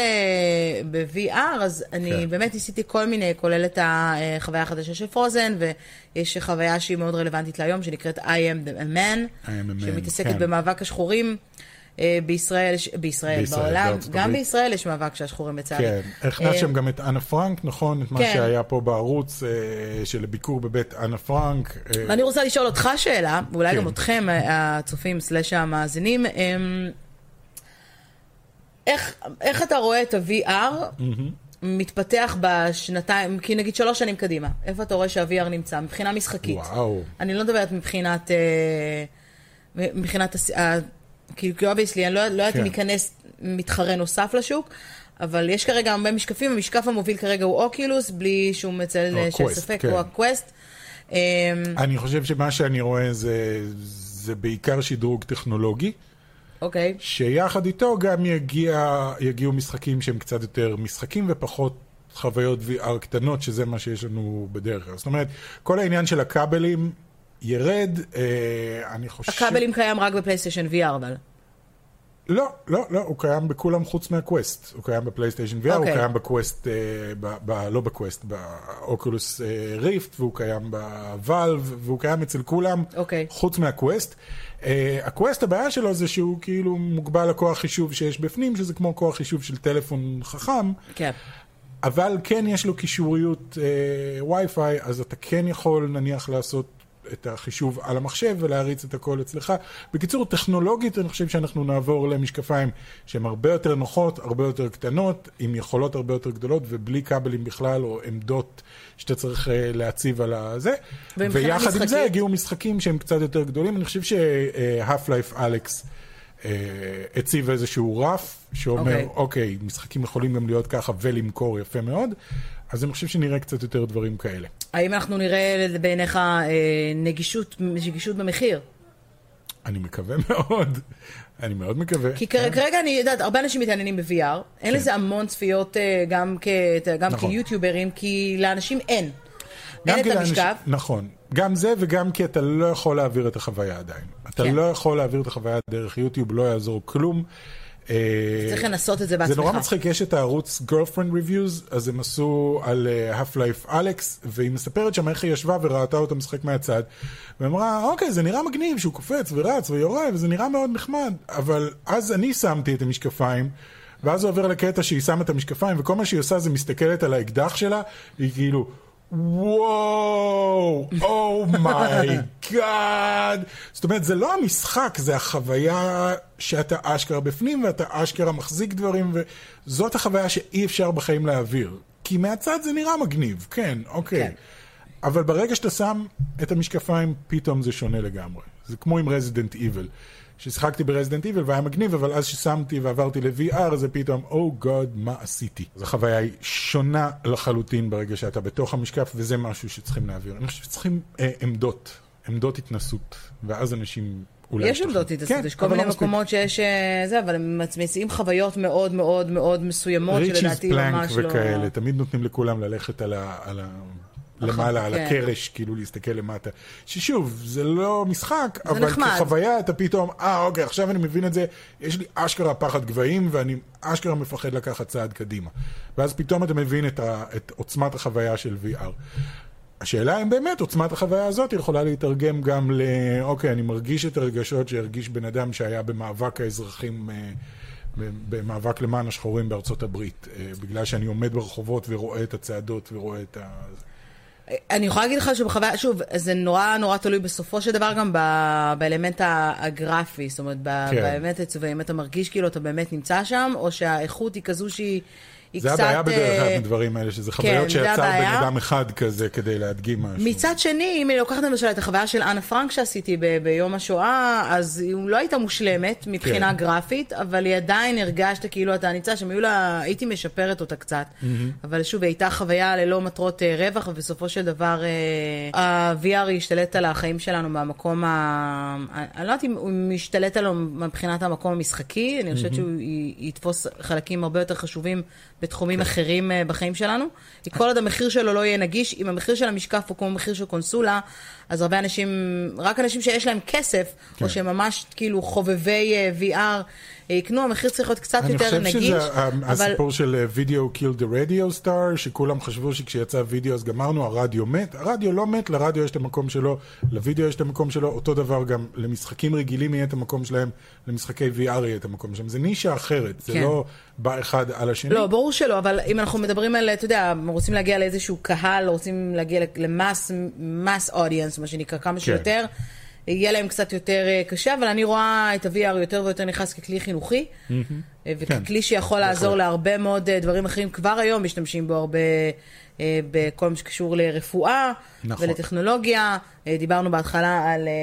ב-וי אר, אז אני באמת ניסיתי כל מיני, כולל את החוויה החדשה של פרוזן, ויש חוויה שהיא מאוד רלוונטית להיום, שנקראת I am the man, שמתעסקת במאבק השחורים בישראל, בישראל, בעולם. גם בישראל יש מאבק שהשחורים בצד. כן, הכנס שם גם את אנה פרנק, נכון? את מה שהיה פה בערוץ של ביקור בבית אנה פרנק. ואני רוצה לשאול אותך שאלה, ואולי גם אתכם, הצופים סלש המאזינים, איך, איך אתה רואה את ה-וי אר מתפתח בשנתיים, כי נגיד שלוש שנים קדימה? איפה אתה רואה שה-וי אר נמצא? מבחינה משחקית. וואו. אני לא מדברת מבחינת, מבחינת, כאילו, כי obviously, אני לא, לא יודעת אם ייכנס מתחרה נוסף לשוק, אבל יש כרגע הרבה משקפים, המשקף המוביל כרגע הוא אוקילוס, בלי שום מצל של ספק, הוא הקווסט. אני חושב שמה שאני רואה זה, זה בעיקר שדרוג טכנולוגי. אוקיי. שיחד איתו גם יגיע, יגיעו משחקים שהם קצת יותר משחקים ופחות חוויות וי אר קטנות, שזה מה שיש לנו בדרך כלל. זאת אומרת, כל העניין של הכבלים ירד, אה, אני חושב... הכבלים קיים רק בפלייסטיישן וי אר, אבל... לא, לא, לא, הוא קיים בכולם חוץ מהקווסט. הוא קיים בפלייסטיישן וי אר, okay. הוא קיים בקווסט, אה, ב, ב, לא בקווסט, באוקולוס אה, ריפט, והוא קיים בוואלב, והוא קיים אצל כולם, okay. חוץ מהקווסט. Uh, הקווסט, הבעיה שלו זה שהוא כאילו מוגבל לכוח חישוב שיש בפנים, שזה כמו כוח חישוב של טלפון חכם. כן. אבל כן יש לו קישוריות uh, וי-פיי, אז אתה כן יכול נניח לעשות את החישוב על המחשב ולהריץ את הכל אצלך. בקיצור, טכנולוגית אני חושב שאנחנו נעבור למשקפיים שהן הרבה יותר נוחות, הרבה יותר קטנות, עם יכולות הרבה יותר גדולות, ובלי כבלים בכלל או עמדות שאתה צריך uh, להציב על הזה. ויחד משחקית... עם זה הגיעו משחקים שהם קצת יותר גדולים. אני חושב ש-Half-Life Alyx uh, הציב איזשהו רף, שאומר, אוקיי, okay. okay, משחקים יכולים גם להיות ככה ולמכור יפה מאוד, אז אני חושב שנראה קצת יותר דברים כאלה. האם אנחנו נראה בעיניך נגישות, נגישות במחיר? אני מקווה מאוד. אני מאוד מקווה. כי כרגע אני יודעת, הרבה אנשים מתעניינים ב-וי אר. אין לזה המון צפיות גם כיוטיוברים, כי לאנשים אין. אין את המשקף. נכון. גם זה וגם כי אתה לא יכול להעביר את החוויה עדיין. אתה לא יכול להעביר את החוויה דרך יוטיוב, לא יעזור כלום. צריך לנסות את זה בעצמך. זה נורא מצחיק, יש את הערוץ Girlfriend Reviews, אז הם עשו על Half-Life Alyx, והיא מספרת שם איך היא ישבה וראתה אותה משחק מהצד, ואמרה, אוקיי, זה נראה מגניב שהוא קופץ ורץ ויורה, וזה נראה מאוד נחמד, אבל אז אני שמתי את המשקפיים, ואז הוא עובר לקטע שהיא שמה את המשקפיים, וכל מה שהיא עושה זה מסתכלת על האקדח שלה, היא כאילו... וואו, אומיי גאד. זאת אומרת, זה לא המשחק, זה החוויה שאתה אשכרה בפנים, ואתה אשכרה מחזיק דברים, וזאת החוויה שאי אפשר בחיים להעביר. כי מהצד זה נראה מגניב, כן, אוקיי. כן. אבל ברגע שאתה שם את המשקפיים, פתאום זה שונה לגמרי. זה כמו עם Resident Evil. ששיחקתי ברזידנט איבל והיה מגניב, אבל אז ששמתי ועברתי ל-וי אר, זה פתאום, או גוד, מה עשיתי? אז החוויה היא שונה לחלוטין ברגע שאתה בתוך המשקף, וזה משהו שצריכים להעביר. אני חושב שצריכים אה, עמדות, עמדות התנסות, ואז אנשים אולי... יש עמדות התנסות, כן, יש כל מיני לא מקומות שיש זה, אבל הם מציעים חוויות מאוד מאוד מאוד מסוימות, שלדעתי ממש לא... ריצ'יז פלנק וכאלה, תמיד נותנים לכולם ללכת על ה... על ה... למעלה, על הקרש, כאילו להסתכל למטה. ששוב, זה לא משחק, אבל כחוויה אתה פתאום, אה, אוקיי, עכשיו אני מבין את זה, יש לי אשכרה פחד גבהים, ואני אשכרה מפחד לקחת צעד קדימה. ואז פתאום אתה מבין את, ה, את עוצמת החוויה של וי אר. השאלה אם באמת עוצמת החוויה הזאת יכולה להתרגם גם ל... אוקיי, אני מרגיש את הרגשות שהרגיש בן אדם שהיה במאבק האזרחים... במאבק למען השחורים בארצות הברית, בגלל שאני עומד ברחובות ורואה את הצעדות ורואה את ה... אני יכולה להגיד לך שבחוויה, שוב, זה נורא נורא תלוי בסופו של דבר גם באלמנט הגרפי, זאת אומרת, באלמנט הצבעים, אתה מרגיש כאילו אתה באמת נמצא שם, או שהאיכות היא כזו שהיא קצת... זה הבעיה בדרך כלל מדברים האלה, שזה חוויות שיצר בן אדם אחד כזה כדי להדגים משהו. מצד שני, אם אני לוקחת למשל את החוויה של אנה פרנק שעשיתי ביום השואה, אז היא לא הייתה מושלמת מבחינה גרפית, אבל היא עדיין הרגשת כאילו אתה נמצא שם, הייתי משפרת אותה קצת, אבל שוב, היא הייתה חוויה ללא מטרות רווח, ובסופו של דבר ה-וי אר ישתלט על החיים שלנו מהמקום ה... אני לא יודעת אם הוא משתלט עליו מבחינת המקום המשחקי, אני חושבת שהוא יתפוס חלקים הרבה יותר חשובים בתחומים אחרים בחיים שלנו. כל עוד המחיר שלו לא יהיה נגיש, אם המחיר של המשקף הוא כמו מחיר של קונסולה, אז הרבה אנשים, רק אנשים שיש להם כסף, או שממש כאילו חובבי וי אר, יקנו, המחיר צריך להיות קצת יותר נגיש. אני חושב שזה הסיפור של Video Killed the Radio Star, שכולם חשבו שכשיצא וידאו אז גמרנו, הרדיו מת. הרדיו לא מת, לרדיו יש את המקום שלו, לוידאו יש את המקום שלו, אותו דבר גם למשחקים רגילים יהיה את המקום שלהם, למשחקי וי אר יהיה את המקום שלהם. זה נישה אחרת, זה לא בא אחד על השני. לא, ברור שלא, אבל אם אנחנו מדברים על, אתה יודע, רוצים להגיע לאיזשהו קהל, רוצים להגיע למאס, מאס אודיאנס, מה שנקרא, כמה שיותר, יהיה להם קצת יותר קשה, אבל אני רואה את ה-וי אר יותר ויותר נכנס ככלי חינוכי, וככלי שיכול לעזור להרבה מאוד דברים אחרים. כבר היום משתמשים בו הרבה בכל מה שקשור לרפואה ולטכנולוגיה. דיברנו בהתחלה על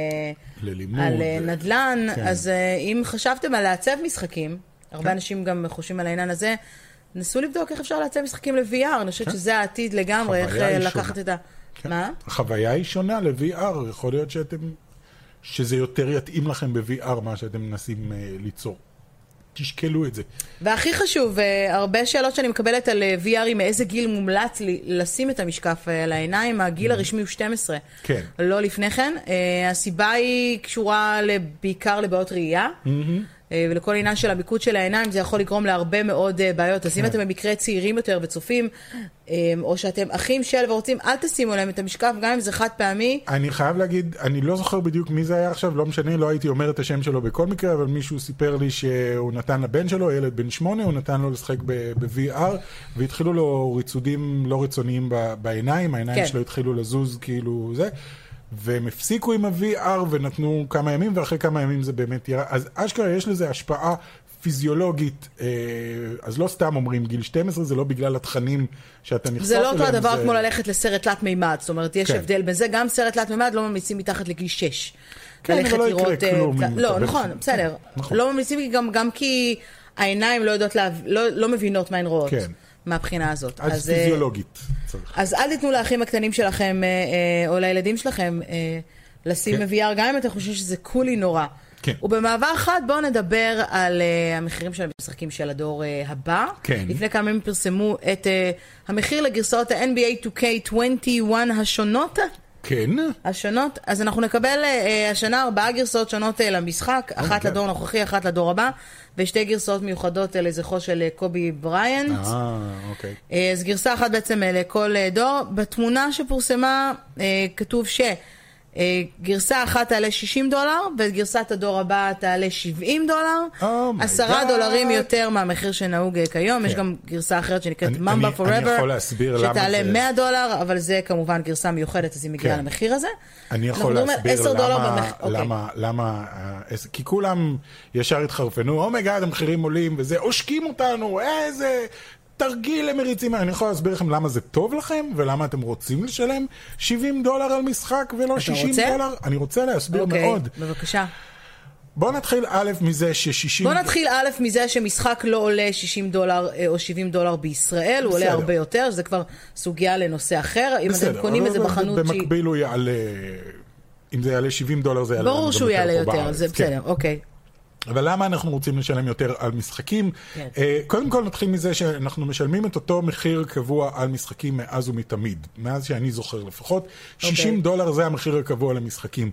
נדל"ן, אז אם חשבתם על לעצב משחקים, הרבה אנשים גם חושבים על העניין הזה, נסו לבדוק איך אפשר לעצב משחקים ל-וי אר, אני חושבת שזה העתיד לגמרי, איך לקחת את ה... מה? החוויה היא שונה ל-וי אר, יכול להיות שאתם, שזה יותר יתאים לכם ב-וי אר, מה שאתם מנסים ליצור. תשקלו את זה. והכי חשוב, הרבה שאלות שאני מקבלת על וי אר, מאיזה גיל מומלץ לשים את המשקף על העיניים, הגיל הרשמי הוא שתים עשרה. כן. לא לפני כן. הסיבה היא קשורה בעיקר לבעיות ראייה. ולכל עניין של המיקוד של העיניים, זה יכול לגרום להרבה מאוד בעיות. אז אם אתם במקרה צעירים יותר וצופים, או שאתם אחים של ורוצים, אל תשימו להם את המשקף, גם אם זה חד פעמי. אני חייב להגיד, אני לא זוכר בדיוק מי זה היה עכשיו, לא משנה, לא הייתי אומר את השם שלו בכל מקרה, אבל מישהו סיפר לי שהוא נתן לבן שלו, ילד בן שמונה, הוא נתן לו לשחק ב-וי אר, והתחילו לו ריצודים לא רצוניים בעיניים, העיניים שלו התחילו לזוז כאילו זה. והם הפסיקו עם ה-וי אר ונתנו כמה ימים, ואחרי כמה ימים זה באמת יראה. אז אשכרה יש לזה השפעה פיזיולוגית, אז לא סתם אומרים גיל שתים עשרה, זה לא בגלל התכנים שאתה נחשף אליהם. זה לא אותו הדבר זה... כמו ללכת לסרט תלת מימד, זאת אומרת, יש כן. הבדל בזה, גם סרט תלת מימד לא ממליצים מתחת לגיל שש. כן, אבל לא יקרה לראות, כלום. לא, נכון, בסדר. נכון. לא ממליצים גם, גם כי העיניים לא יודעות, לה... לא, לא מבינות מה הן רואות. כן. מהבחינה הזאת. אז, אז פיזיולוגית. צריך. אז אל תיתנו לאחים הקטנים שלכם, או לילדים שלכם, לשים כן. וי אר, גם אם אתם חושבים שזה קולי נורא. כן. ובמעבר אחד בואו נדבר על uh, המחירים של המשחקים של הדור uh, הבא. כן. לפני כמה ימים פרסמו את uh, המחיר לגרסאות ה-אן בי איי טו קיי עשרים ואחת השונות. כן. השונות. אז אנחנו נקבל uh, השנה ארבעה גרסאות שונות uh, למשחק, oh אחת לדור נוכחי, אחת לדור הבא, ושתי גרסאות מיוחדות uh, לזכרו של uh, קובי בריינט. אה, אוקיי. Uh, אז גרסה אחת בעצם uh, לכל uh, דור. בתמונה שפורסמה uh, כתוב ש... גרסה אחת תעלה שישים דולר, וגרסת הדור הבא תעלה שבעים דולר. עשרה דולרים יותר מהמחיר שנהוג כיום. יש גם גרסה אחרת שנקראת ממבה פוראבר, שתעלה מאה דולר, אבל זה כמובן גרסה מיוחדת, אז היא מגיעה למחיר הזה. אני יכול להסביר למה, כי כולם ישר התחרפנו, אומייגאד, המחירים עולים, וזה עושקים אותנו, איזה... תרגיל למריצים. אני יכול להסביר לכם למה זה טוב לכם, ולמה אתם רוצים לשלם שבעים דולר על משחק ולא שישים דולר. אני רוצה להסביר מאוד. בבקשה. בוא נתחיל א' מזה ש-שישים... בוא נתחיל א' מזה שמשחק לא עולה שישים דולר או שבעים דולר בישראל, הוא עולה הרבה יותר, זה כבר סוגיה לנושא אחר. אם אתם קונים את זה בחנות... במקביל הוא יעלה... אם זה יעלה שבעים דולר זה יעלה... ברור שהוא יעלה יותר, זה בסדר, אוקיי. אבל למה אנחנו רוצים לשלם יותר על משחקים? כן. קודם כל נתחיל מזה שאנחנו משלמים את אותו מחיר קבוע על משחקים מאז ומתמיד. מאז שאני זוכר לפחות. Okay. שישים דולר זה המחיר הקבוע למשחקים.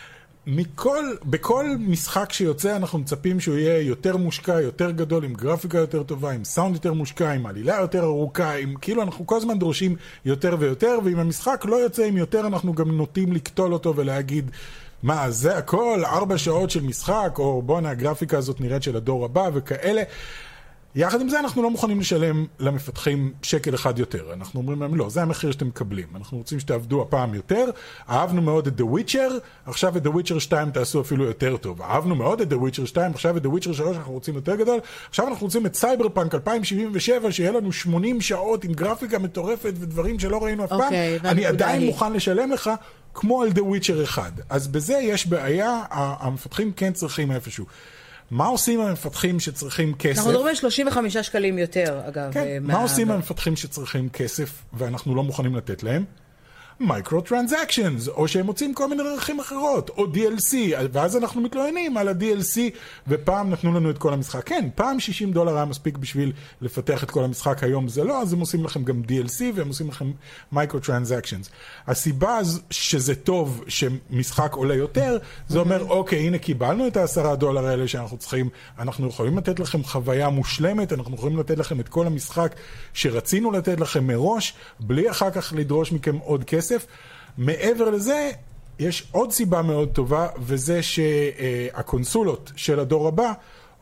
מכל, בכל משחק שיוצא אנחנו מצפים שהוא יהיה יותר מושקע, יותר גדול, עם גרפיקה יותר טובה, עם סאונד יותר מושקע, עם עלילה יותר ארוכה, עם, כאילו אנחנו כל הזמן דורשים יותר ויותר, ואם המשחק לא יוצא עם יותר, אנחנו גם נוטים לקטול אותו ולהגיד... מה, זה הכל, ארבע שעות של משחק, או בואנה, הגרפיקה הזאת נראית של הדור הבא וכאלה. יחד עם זה אנחנו לא מוכנים לשלם למפתחים שקל אחד יותר. אנחנו אומרים להם, לא, זה המחיר שאתם מקבלים. אנחנו רוצים שתעבדו הפעם יותר. אהבנו מאוד את The Witcher, עכשיו את The Witcher שתיים תעשו אפילו יותר טוב. אהבנו מאוד את The Witcher שתיים, עכשיו את The Witcher שלוש אנחנו רוצים יותר גדול. עכשיו אנחנו רוצים את Cyberpunk אלפיים שבעים ושבע, שיהיה לנו שמונים שעות עם גרפיקה מטורפת ודברים שלא ראינו אף פעם. Okay, אני עדיין מוכן לשלם לך כמו על The Witcher אחד. אז בזה יש בעיה, המפתחים כן צריכים איפשהו. מה עושים המפתחים שצריכים כסף? אנחנו מדברים על שלושים וחמישה שקלים יותר, אגב. כן, מה עושים המפתחים שצריכים כסף ואנחנו לא מוכנים לתת להם? מייקרו-טרנזקשנס, או שהם מוצאים כל מיני דרכים אחרות, או די אל סי, ואז אנחנו מתלוננים על ה-די אל סי, ופעם נתנו לנו את כל המשחק. כן, פעם שישים דולר היה מספיק בשביל לפתח את כל המשחק, היום זה לא, אז הם עושים לכם גם די אל סי, והם עושים לכם מייקרו-טרנזקשנס. הסיבה שזה טוב שמשחק עולה יותר, זה אומר, אוקיי, הנה קיבלנו את העשרה דולר האלה שאנחנו צריכים, אנחנו יכולים לתת לכם חוויה מושלמת, אנחנו יכולים לתת לכם את כל המשחק שרצינו לתת לכם מראש, בלי אחר כך לדרוש מכם עוד כסף. מעבר לזה, יש עוד סיבה מאוד טובה, וזה שהקונסולות של הדור הבא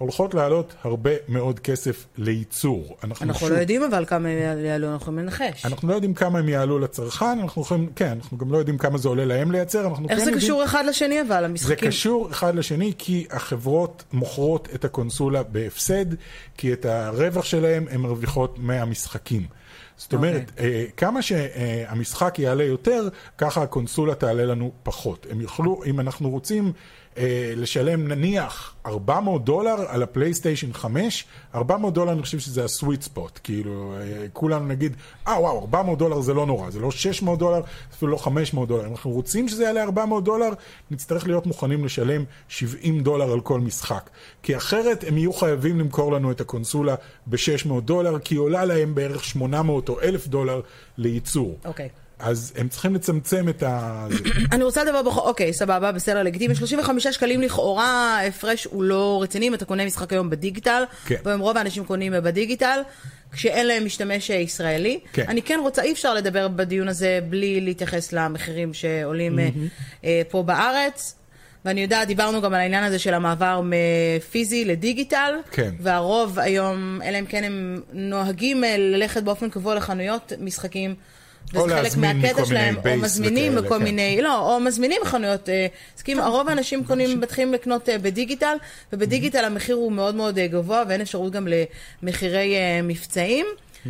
הולכות לעלות הרבה מאוד כסף לייצור. אנחנו, אנחנו שוב, לא יודעים אבל כמה הם יעלו, אנחנו יכולים לנחש. אנחנו לא יודעים כמה הם יעלו לצרכן, אנחנו יכולים, כן, אנחנו גם לא יודעים כמה זה עולה להם לייצר. איך כן זה יודעים, קשור אחד לשני אבל, זה המשחקים? קשור אחד לשני כי החברות מוכרות את הקונסולה בהפסד, כי את הרווח שלהם הן מרוויחות מהמשחקים. זאת אומרת, okay. כמה שהמשחק יעלה יותר, ככה הקונסולה תעלה לנו פחות. הם יוכלו, אם אנחנו רוצים לשלם נניח ארבע מאות דולר על הפלייסטיישן חמש, ארבע מאות דולר אני חושב שזה הסוויט ספוט, כאילו כולנו נגיד, אה וואו, ארבע מאות דולר זה לא נורא, זה לא שש מאות דולר, אפילו לא חמש מאות דולר. אם אנחנו רוצים שזה יעלה ארבע מאות דולר, נצטרך להיות מוכנים לשלם שבעים דולר על כל משחק. כי אחרת הם יהיו חייבים למכור לנו את הקונסולה ב-שש מאות דולר, כי עולה להם בערך שמונה מאות או אלף דולר לייצור. אוקיי. Okay. אז הם צריכים לצמצם את ה... אני רוצה לדבר בכל... אוקיי, סבבה, בסדר, לגיטימי. שלושים וחמישה שקלים לכאורה, הפרש הוא לא רציני, אם אתה קונה משחק היום בדיגיטל, רוב האנשים קונים בדיגיטל, כשאין להם משתמש ישראלי. אני כן רוצה, אי אפשר לדבר בדיון הזה בלי להתייחס למחירים שעולים פה בארץ. ואני יודעת, דיברנו גם על העניין הזה של המעבר מפיזי לדיגיטל, והרוב היום, אלא אם כן הם נוהגים ללכת באופן קבוע לחנויות משחקים, וזה חלק מהקטע שלהם, או מזמינים בכל מיני, לא, או מזמינים חנויות, הרוב האנשים קונים, מתחילים לקנות בדיגיטל, ובדיגיטל המחיר הוא מאוד מאוד גבוה, ואין אפשרות גם למחירי מבצעים.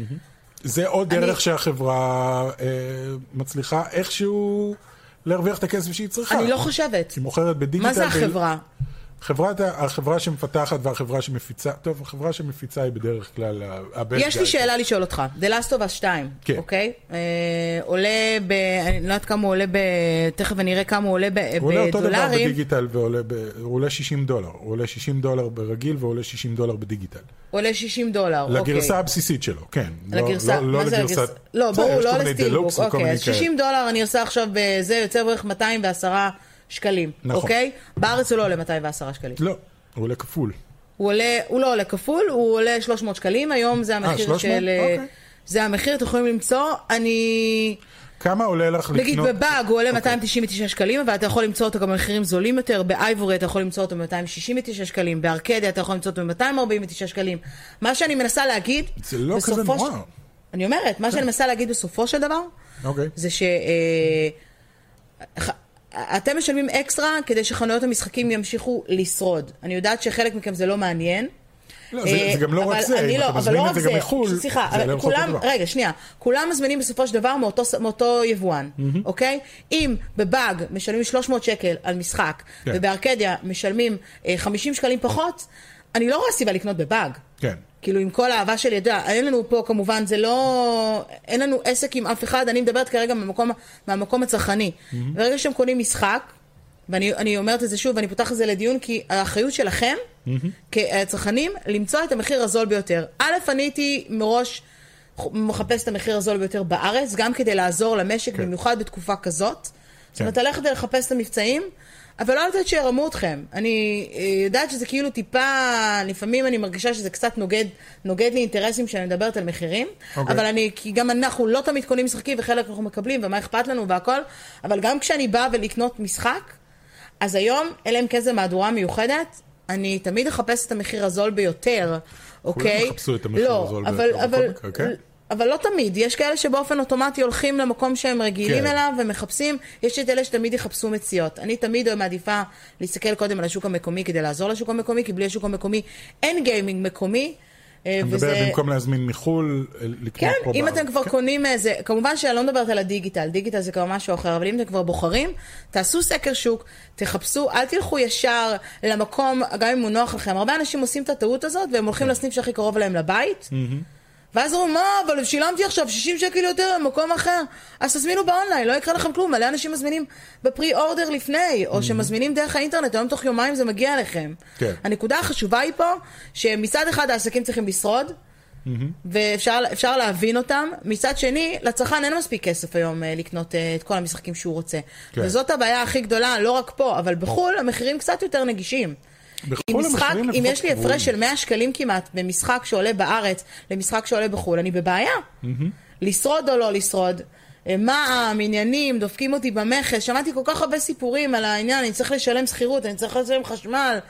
זה עוד דרך שהחברה מצליחה איכשהו להרוויח את הכסף שהיא צריכה. אני לא חושבת. היא מוכרת בדיגיטל. מה זה החברה? חברת, החברה שמפתחת והחברה שמפיצה, טוב, החברה שמפיצה היא בדרך כלל הבית. יש לי שאלה לשאול אותך. The Last of Us שתיים, כן. אוקיי? אה, עולה ב... אני לא יודעת כמה הוא עולה ב... תכף אני אראה כמה הוא עולה ב... הוא בדולרים. עולה אותו דבר בדיגיטל ועולה ב... הוא עולה שישים דולר. הוא עולה שישים דולר ברגיל ועולה שישים דולר בדיגיטל. עולה שישים דולר, אוקיי. לגרסה הבסיסית שלו, כן. לגרסה, לא, מה לא זה לגרסת... הגרסה? לא, ברור, לא לסטילבוק. אוקיי, אוקיי, אז שישים דולר אני עושה עכשיו בזה, יוצא בערך מאתיים ועשרה שקלים, נכון. אוקיי? בארץ הוא לא עולה מאתיים ועשרה שקלים. לא, הוא עולה כפול. הוא עולה, הוא לא עולה כפול, הוא עולה שלוש מאות שקלים, היום זה המחיר 아, שלוש מאות? של... אוקיי. זה המחיר, אתם יכולים למצוא, אני... כמה עולה לך לקנות? נגיד בבאג הוא עולה מאתיים תשעים ותשעה שקלים, אבל אתה יכול למצוא אותו גם במחירים זולים יותר, באייבורי אתה יכול למצוא אותו ב-מאתיים שישים ותשעה שקלים, בארקדיה אתה יכול למצוא אותו ב-מאתיים ארבעים ותשעה שקלים. מה שאני מנסה להגיד... זה לא כזה נורא. ש... אני אומרת, מה שאני מנסה להגיד בסופו של דבר, אוקיי. זה ש... אתם משלמים אקסטרה כדי שחנויות המשחקים ימשיכו לשרוד. אני יודעת שחלק מכם זה לא מעניין. לא, זה, זה גם לא רק זה, אם אתה מזמין את זה גם מחול, סליחה, כולם, רגע, שנייה, כולם מזמינים בסופו של דבר מאותו, מאותו יבואן, אוקיי? אם בבאג משלמים שלוש מאות שקל על משחק, ובארקדיה משלמים חמישים שקלים פחות, אני לא רואה סיבה לקנות בבאג. כן. כאילו עם כל האהבה שלי, ידע, אין לנו פה כמובן, זה לא, אין לנו עסק עם אף אחד, אני מדברת כרגע מהמקום, מהמקום הצרכני. ברגע שהם קונים משחק, ואני אני אומרת את זה שוב, ואני פותח את זה לדיון, כי האחריות שלכם, כצרכנים, למצוא את המחיר הזול ביותר. א', אני הייתי מראש מחפש את המחיר הזול ביותר בארץ, גם כדי לעזור למשק, במיוחד בתקופה כזאת. זאת אומרת, הלכת לחפש את המבצעים, אבל לא לתת שירמו אתכם. אני יודעת שזה כאילו טיפה, לפעמים אני מרגישה שזה קצת נוגד, נוגד לי אינטרסים שאני מדברת על מחירים, okay. אבל אני, כי גם אנחנו לא תמיד קונים משחקים וחלק אנחנו מקבלים, ומה אכפת לנו והכל, אבל גם כשאני באה ולקנות משחק, אז היום, אלה הם כזה מהדורה מיוחדת, אני תמיד אחפש את המחיר הזול ביותר, אוקיי? כולם יחפשו את המחיר לא, הזול אבל, ביותר, אבל, אוקיי? אבל לא תמיד, יש כאלה שבאופן אוטומטי הולכים למקום שהם רגילים כן. אליו ומחפשים, יש את אלה שתמיד יחפשו מציאות. אני תמיד מעדיפה להסתכל קודם על השוק המקומי כדי לעזור לשוק המקומי, כי בלי השוק המקומי אין גיימינג מקומי. אני מדברת במקום להזמין מחול, לקנות כן, פה אם בארץ. אתם כבר כן. קונים איזה, כמובן שאני לא מדברת על הדיגיטל, דיגיטל זה כבר משהו אחר, אבל אם אתם כבר בוחרים, תעשו סקר שוק, תחפשו, אל תלכו ישר למקום, גם אם הוא נוח לכם. הרבה אנשים עושים את הטעות הזאת, והם הולכים כן. לסניף שהכי קרוב להם לבית, ואז אומרים, מה, אבל שילמתי עכשיו שישים שקל יותר במקום אחר, אז תזמינו באונליין, לא יקרה לכם כלום, מלא אנשים מזמינים בפרי אורדר לפני, או שמזמינים דרך האינטרנט, היום תוך יומיים זה מגיע אליכם. כן. הנקודה החשובה היא פה, שמצד אחד העסקים צריכים לשרוד, ואפשר אפשר להבין אותם, מצד שני, לצרכן אין מספיק כסף היום לקנות את כל המשחקים שהוא רוצה. כן. וזאת הבעיה הכי גדולה, לא רק פה, אבל בחול המחירים קצת יותר נגישים. אם, משחק, אם יש לי הפרש של מאה שקלים כמעט במשחק שעולה בארץ למשחק שעולה בחול, אני בבעיה. Mm-hmm. לשרוד או לא לשרוד. מה העניינים, דופקים אותי במחס. שמעתי כל כך הרבה סיפורים על העניין, אני צריך לשלם שכירות, אני צריך לשלם חשמל.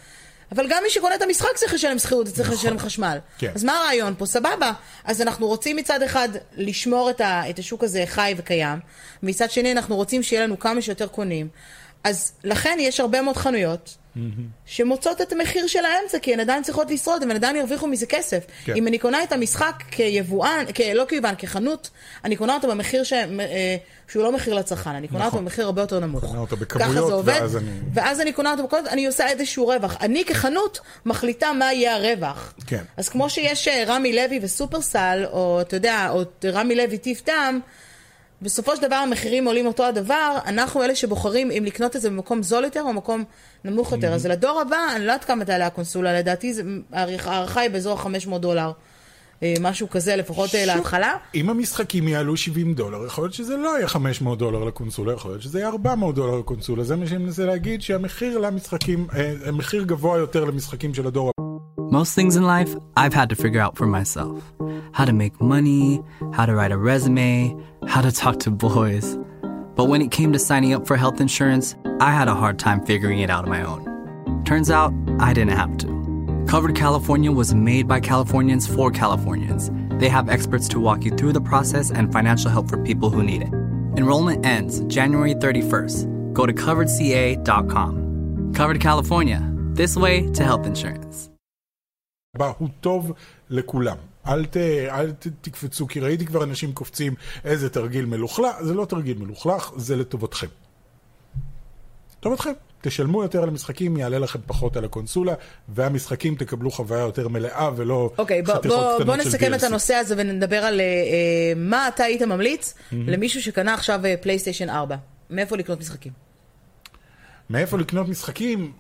אבל גם מי שקונה את המשחק צריך לשלם שכירות, צריך נכון. לשלם חשמל. כן. אז מה הרעיון פה? סבבה. אז אנחנו רוצים מצד אחד לשמור את, ה, את השוק הזה חי וקיים, מצד שני אנחנו רוצים שיהיה לנו כמה שיותר קונים. אז לכן יש הרבה מאוד חנויות שמוצאות את המחיר של האמצע, כי הן עדיין צריכות לשרוד, הן עדיין ירוויחו מזה כסף. כן. אם אני קונה את המשחק כיבואן, לא כיבואן, כחנות, אני קונה אותו במחיר ש... שהוא לא מחיר לצרכן, אני קונה נכון. אותו במחיר הרבה יותר נמוך. קונה אותו בכמויות, ואז אני... ואז אני קונה אותו בכמויות, אני עושה איזשהו רווח. אני כחנות מחליטה מה יהיה הרווח. כן. אז כמו שיש רמי לוי וסופרסל, או אתה יודע, או רמי לוי טיב טעם, בסופו של דבר המחירים עולים אותו הדבר, אנחנו אלה שבוחרים אם לקנות את זה במקום זול יותר או מקום נמוך יותר. אז לדור הבא, אני לא יודעת כמה תעלה הקונסולה, לדעתי הערכה היא באזור חמש מאות דולר, משהו כזה לפחות להתחלה. אם המשחקים יעלו שבעים דולר, יכול להיות שזה לא יהיה חמש מאות דולר לקונסולה, יכול להיות שזה יהיה ארבע מאות דולר לקונסולה. זה מה שאני מנסה להגיד, שהמחיר למשחקים, המחיר גבוה יותר למשחקים של הדור הבא. Most things in life, I've had to figure out for myself. How to make money, how to write a resume, how to talk to boys. But when it came to signing up for health insurance, I had a hard time figuring it out on my own. Turns out, I didn't have to. Covered California was made by Californians for Californians. They have experts to walk you through the process and financial help for people who need it. Enrollment ends January thirty-first. Go to covered c a dot com. Covered California. This way to health insurance. הוא טוב לכולם. אל, ת, אל ת, תקפצו, כי ראיתי כבר אנשים קופצים איזה תרגיל מלוכלך. זה לא תרגיל מלוכלך, זה לטובתכם. טובתכם. תשלמו יותר על המשחקים, יעלה לכם פחות על הקונסולה, והמשחקים תקבלו חוויה יותר מלאה, ולא okay, חתיכות בוא, קטנות בוא של די אל סי. בוא נסכם את הנושא הזה ונדבר על uh, מה אתה היית ממליץ mm-hmm. למישהו שקנה עכשיו פלייסטיישן ארבע. מאיפה לקנות משחקים? מאיפה לקנות משחקים?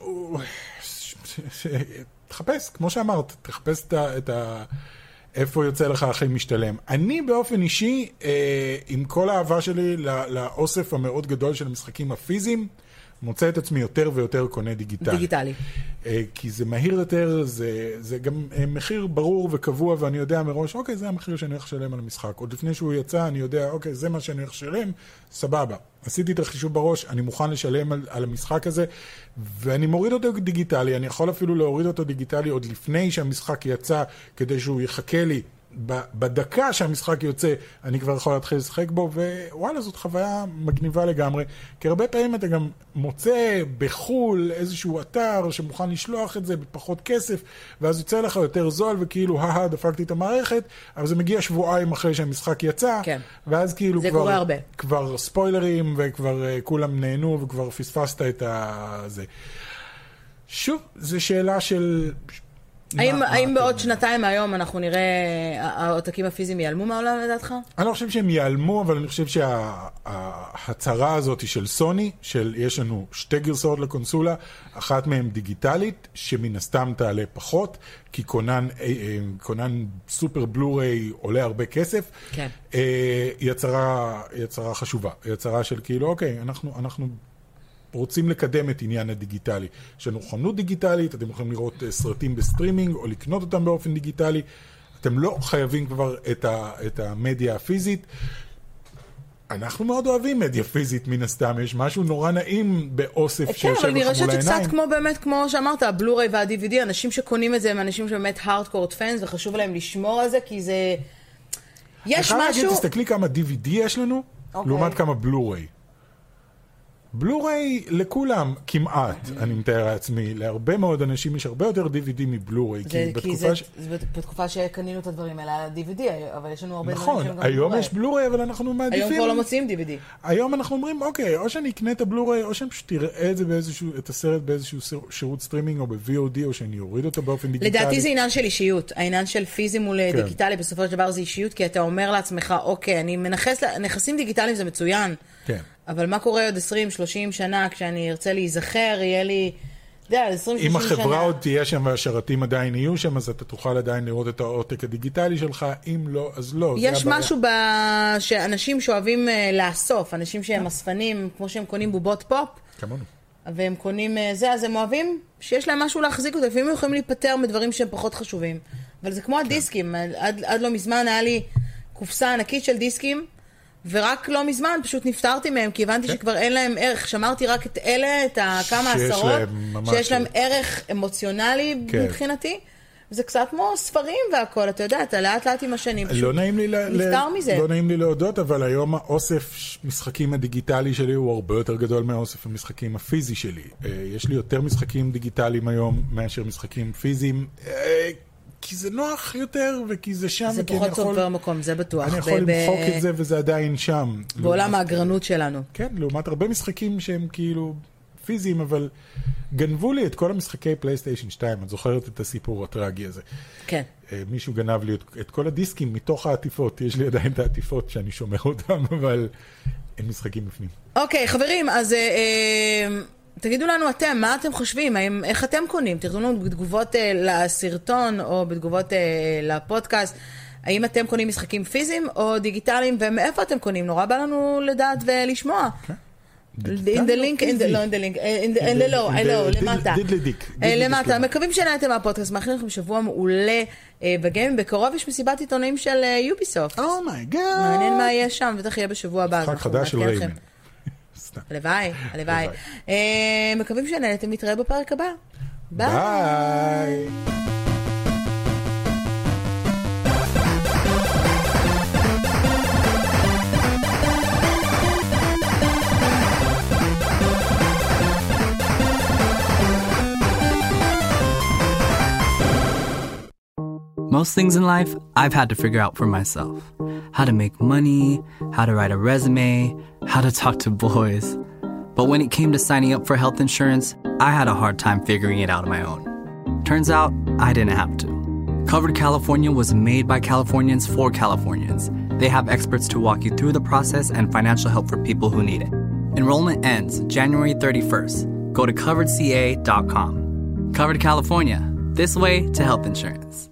תחפש, כמו שאמרת, תחפש את ה... את ה... איפה יוצא לך הכי משתלם. אני באופן אישי, אה, עם כל האהבה שלי לא, לאוסף המאוד גדול של המשחקים הפיזיים, מוצא את עצמי יותר ויותר קונה דיגיטלי. דיגיטלי. אה, כי זה מהיר יותר, זה, זה גם אה, מחיר ברור וקבוע, ואני יודע מראש, אוקיי, זה המחיר שאני הולך לשלם על המשחק. עוד לפני שהוא יצא, אני יודע, אוקיי, זה מה שאני הולך לשלם, סבבה. עשיתי את החישוב בראש, אני מוכן לשלם על, על המשחק הזה, ואני מוריד אותו דיגיטלי, אני יכול אפילו להוריד אותו דיגיטלי עוד לפני שהמשחק יצא, כדי שהוא יחכה לי בדקה שהמשחק יוצא, אני כבר יכול להתחיל לשחק בו, ווואלה, זאת חוויה מגניבה לגמרי, כי הרבה פעמים אתה גם מוצא בחול איזשהו אתר שמוכן לשלוח את זה בפחות כסף, ואז יוצא לך יותר זול, וכאילו, הא, דפקתי את המערכת, אבל זה מגיע שבועיים אחרי שהמשחק יצא, כן. ואז כאילו כבר, הרבה. כבר ספוילרים, וכבר uh, כולם נהנו, וכבר פספסת את זה. שוב, זו שאלה של... האם, מה, האם מה בעוד שנתיים מהיום אנחנו נראה העותקים הפיזיים ייעלמו מהעולם לדעתך? אני לא חושב שהם ייעלמו, אבל אני חושב שההצהרה הזאת של סוני, של יש לנו שתי גרסאות לקונסולה, אחת מהן דיגיטלית, שמן הסתם תעלה פחות, כי קונן, קונן סופר בלוריי עולה הרבה כסף, כן. היא הצהרה, היא הצהרה חשובה. היא הצהרה של כאילו, אוקיי, אנחנו... אנחנו רוצים לקדם את עניין הדיגיטלי. יש לנו חנות דיגיטלית, אתם יכולים לראות סרטים בסטרימינג, או לקנות אותם באופן דיגיטלי. אתם לא חייבים כבר את, ה, את המדיה הפיזית. אנחנו מאוד אוהבים מדיה פיזית מן הסתם. יש משהו נורא נעים באוסף שיושב לך מול העיניים. כן, אבל נראה שקצת כמו באמת, כמו שאמרת, הבלוריי וה-די וי די, אנשים שקונים את זה הם אנשים שבאמת הארדקורט פאנס, וחשוב להם לשמור על זה, כי זה... יש משהו... להגיד, תסתכלי כמה די וי די יש לנו, okay. לעומת כמה בלוריי. בלוריי לכולם כמעט, אני מתאר לעצמי, להרבה מאוד אנשים יש הרבה יותר די וי די מבלוריי. זה כי זה בתקופה שקנינו את הדברים האלה, די וי די, אבל יש לנו הרבה דברים שהם גם בלוריי. נכון, היום יש בלוריי, אבל אנחנו מעדיפים... היום כבר לא מוצאים די וי די. היום אנחנו אומרים, אוקיי, או שאני אקנה את הבלוריי, או שאני פשוט תראה את זה באיזשהו, את הסרט באיזשהו שירות סטרימינג, או ב-וי או די, או שאני אוריד אותו באופן דיגיטלי. לדעתי זה עניין של אישיות. העניין של פיזי מול דיגיטלי, בסופו של דבר זה אישיות, כי אתה אומר לעצמך, אוקיי, אני מנכס, נכסים דיגיטליים זה מצוין. כן. אבל מה קורה עוד עשרים שלושים שנה, כשאני ארצה להיזכר, יהיה לי, אתה יודע, עשרים שלושים שנה. אם החברה עוד תהיה שם והשרתים עדיין יהיו שם, אז אתה תוכל עדיין לראות את העותק הדיגיטלי שלך, אם לא, אז לא. יש משהו ב... שאנשים שאוהבים לאסוף, אנשים שהם אספנים, כמו שהם קונים בובות פופ, כמונו. והם קונים זה, אז הם אוהבים שיש להם משהו להחזיק אותו, לפעמים הם יכולים להיפטר מדברים שהם פחות חשובים. אבל זה כמו הדיסקים, עד, עד לא מזמן היה לי קופסה ענקית של דיסקים, ורק לא מזמן פשוט נפטרתי מהם, כי הבנתי שכבר אין להם ערך. שמרתי רק את אלה, את כמה עשרות, שיש להם ערך אמוציונלי מבחינתי. זה קצת כמו ספרים והכל, אתה יודע, אתה לאט לאט עם השנים, פשוט נפטר מזה. לא נעים לי להודות, אבל היום האוסף משחקים הדיגיטלי שלי הוא הרבה יותר גדול מהאוסף המשחקים הפיזי שלי. יש לי יותר משחקים דיגיטליים היום מאשר משחקים פיזיים, כי זה נוח יותר, וכי זה שם. זה פחות סופר מקום, זה בטוח. אני יכול למחוק את זה, וזה עדיין שם. בעולם האגרנות שלנו. כן, לעומת הרבה משחקים שהם כאילו פיזיים, אבל גנבו לי את כל המשחקי פלייסטיישן שתיים. את זוכרת את הסיפור הטרגי הזה. כן. מישהו גנב לי את כל הדיסקים מתוך העטיפות. יש לי עדיין את העטיפות שאני שומר אותם, אבל אין משחקים בפנים. אוקיי, חברים, אז תגידו לנו אתם, מה אתם חושבים? איך אתם קונים? תרדו לנו בתגובות לסרטון או בתגובות לפודקאסט. האם אתם קונים משחקים פיזיים או דיגיטליים, ומאיפה אתם קונים? נורא בא לנו לדעת ולשמוע. כן. in the link, in the, לא, in the link, in the, לא, לא, למטה. למטה. מקווים שנהייתם מהפודקאסט, מאחלים לכם שבוע מעולה בגיימינג. בקרוב יש מסיבת עיתונאים של יוביסופט. אומייגאד. מעניין מה יהיה שם, בטח יהיה בשבוע הבא. משחק חדש של ריימן. הלוואי, הלוואי. מקווים שנהייתם, נתראה בפרק הבא. ביי. Most things in life, I've had to figure out for myself. How to make money, how to write a resume, how to talk to boys. But when it came to signing up for health insurance, I had a hard time figuring it out on my own. Turns out, I didn't have to. Covered California was made by Californians for Californians. They have experts to walk you through the process and financial help for people who need it. Enrollment ends January thirty-first. Go to covered c a dot com. Covered California. This way to health insurance.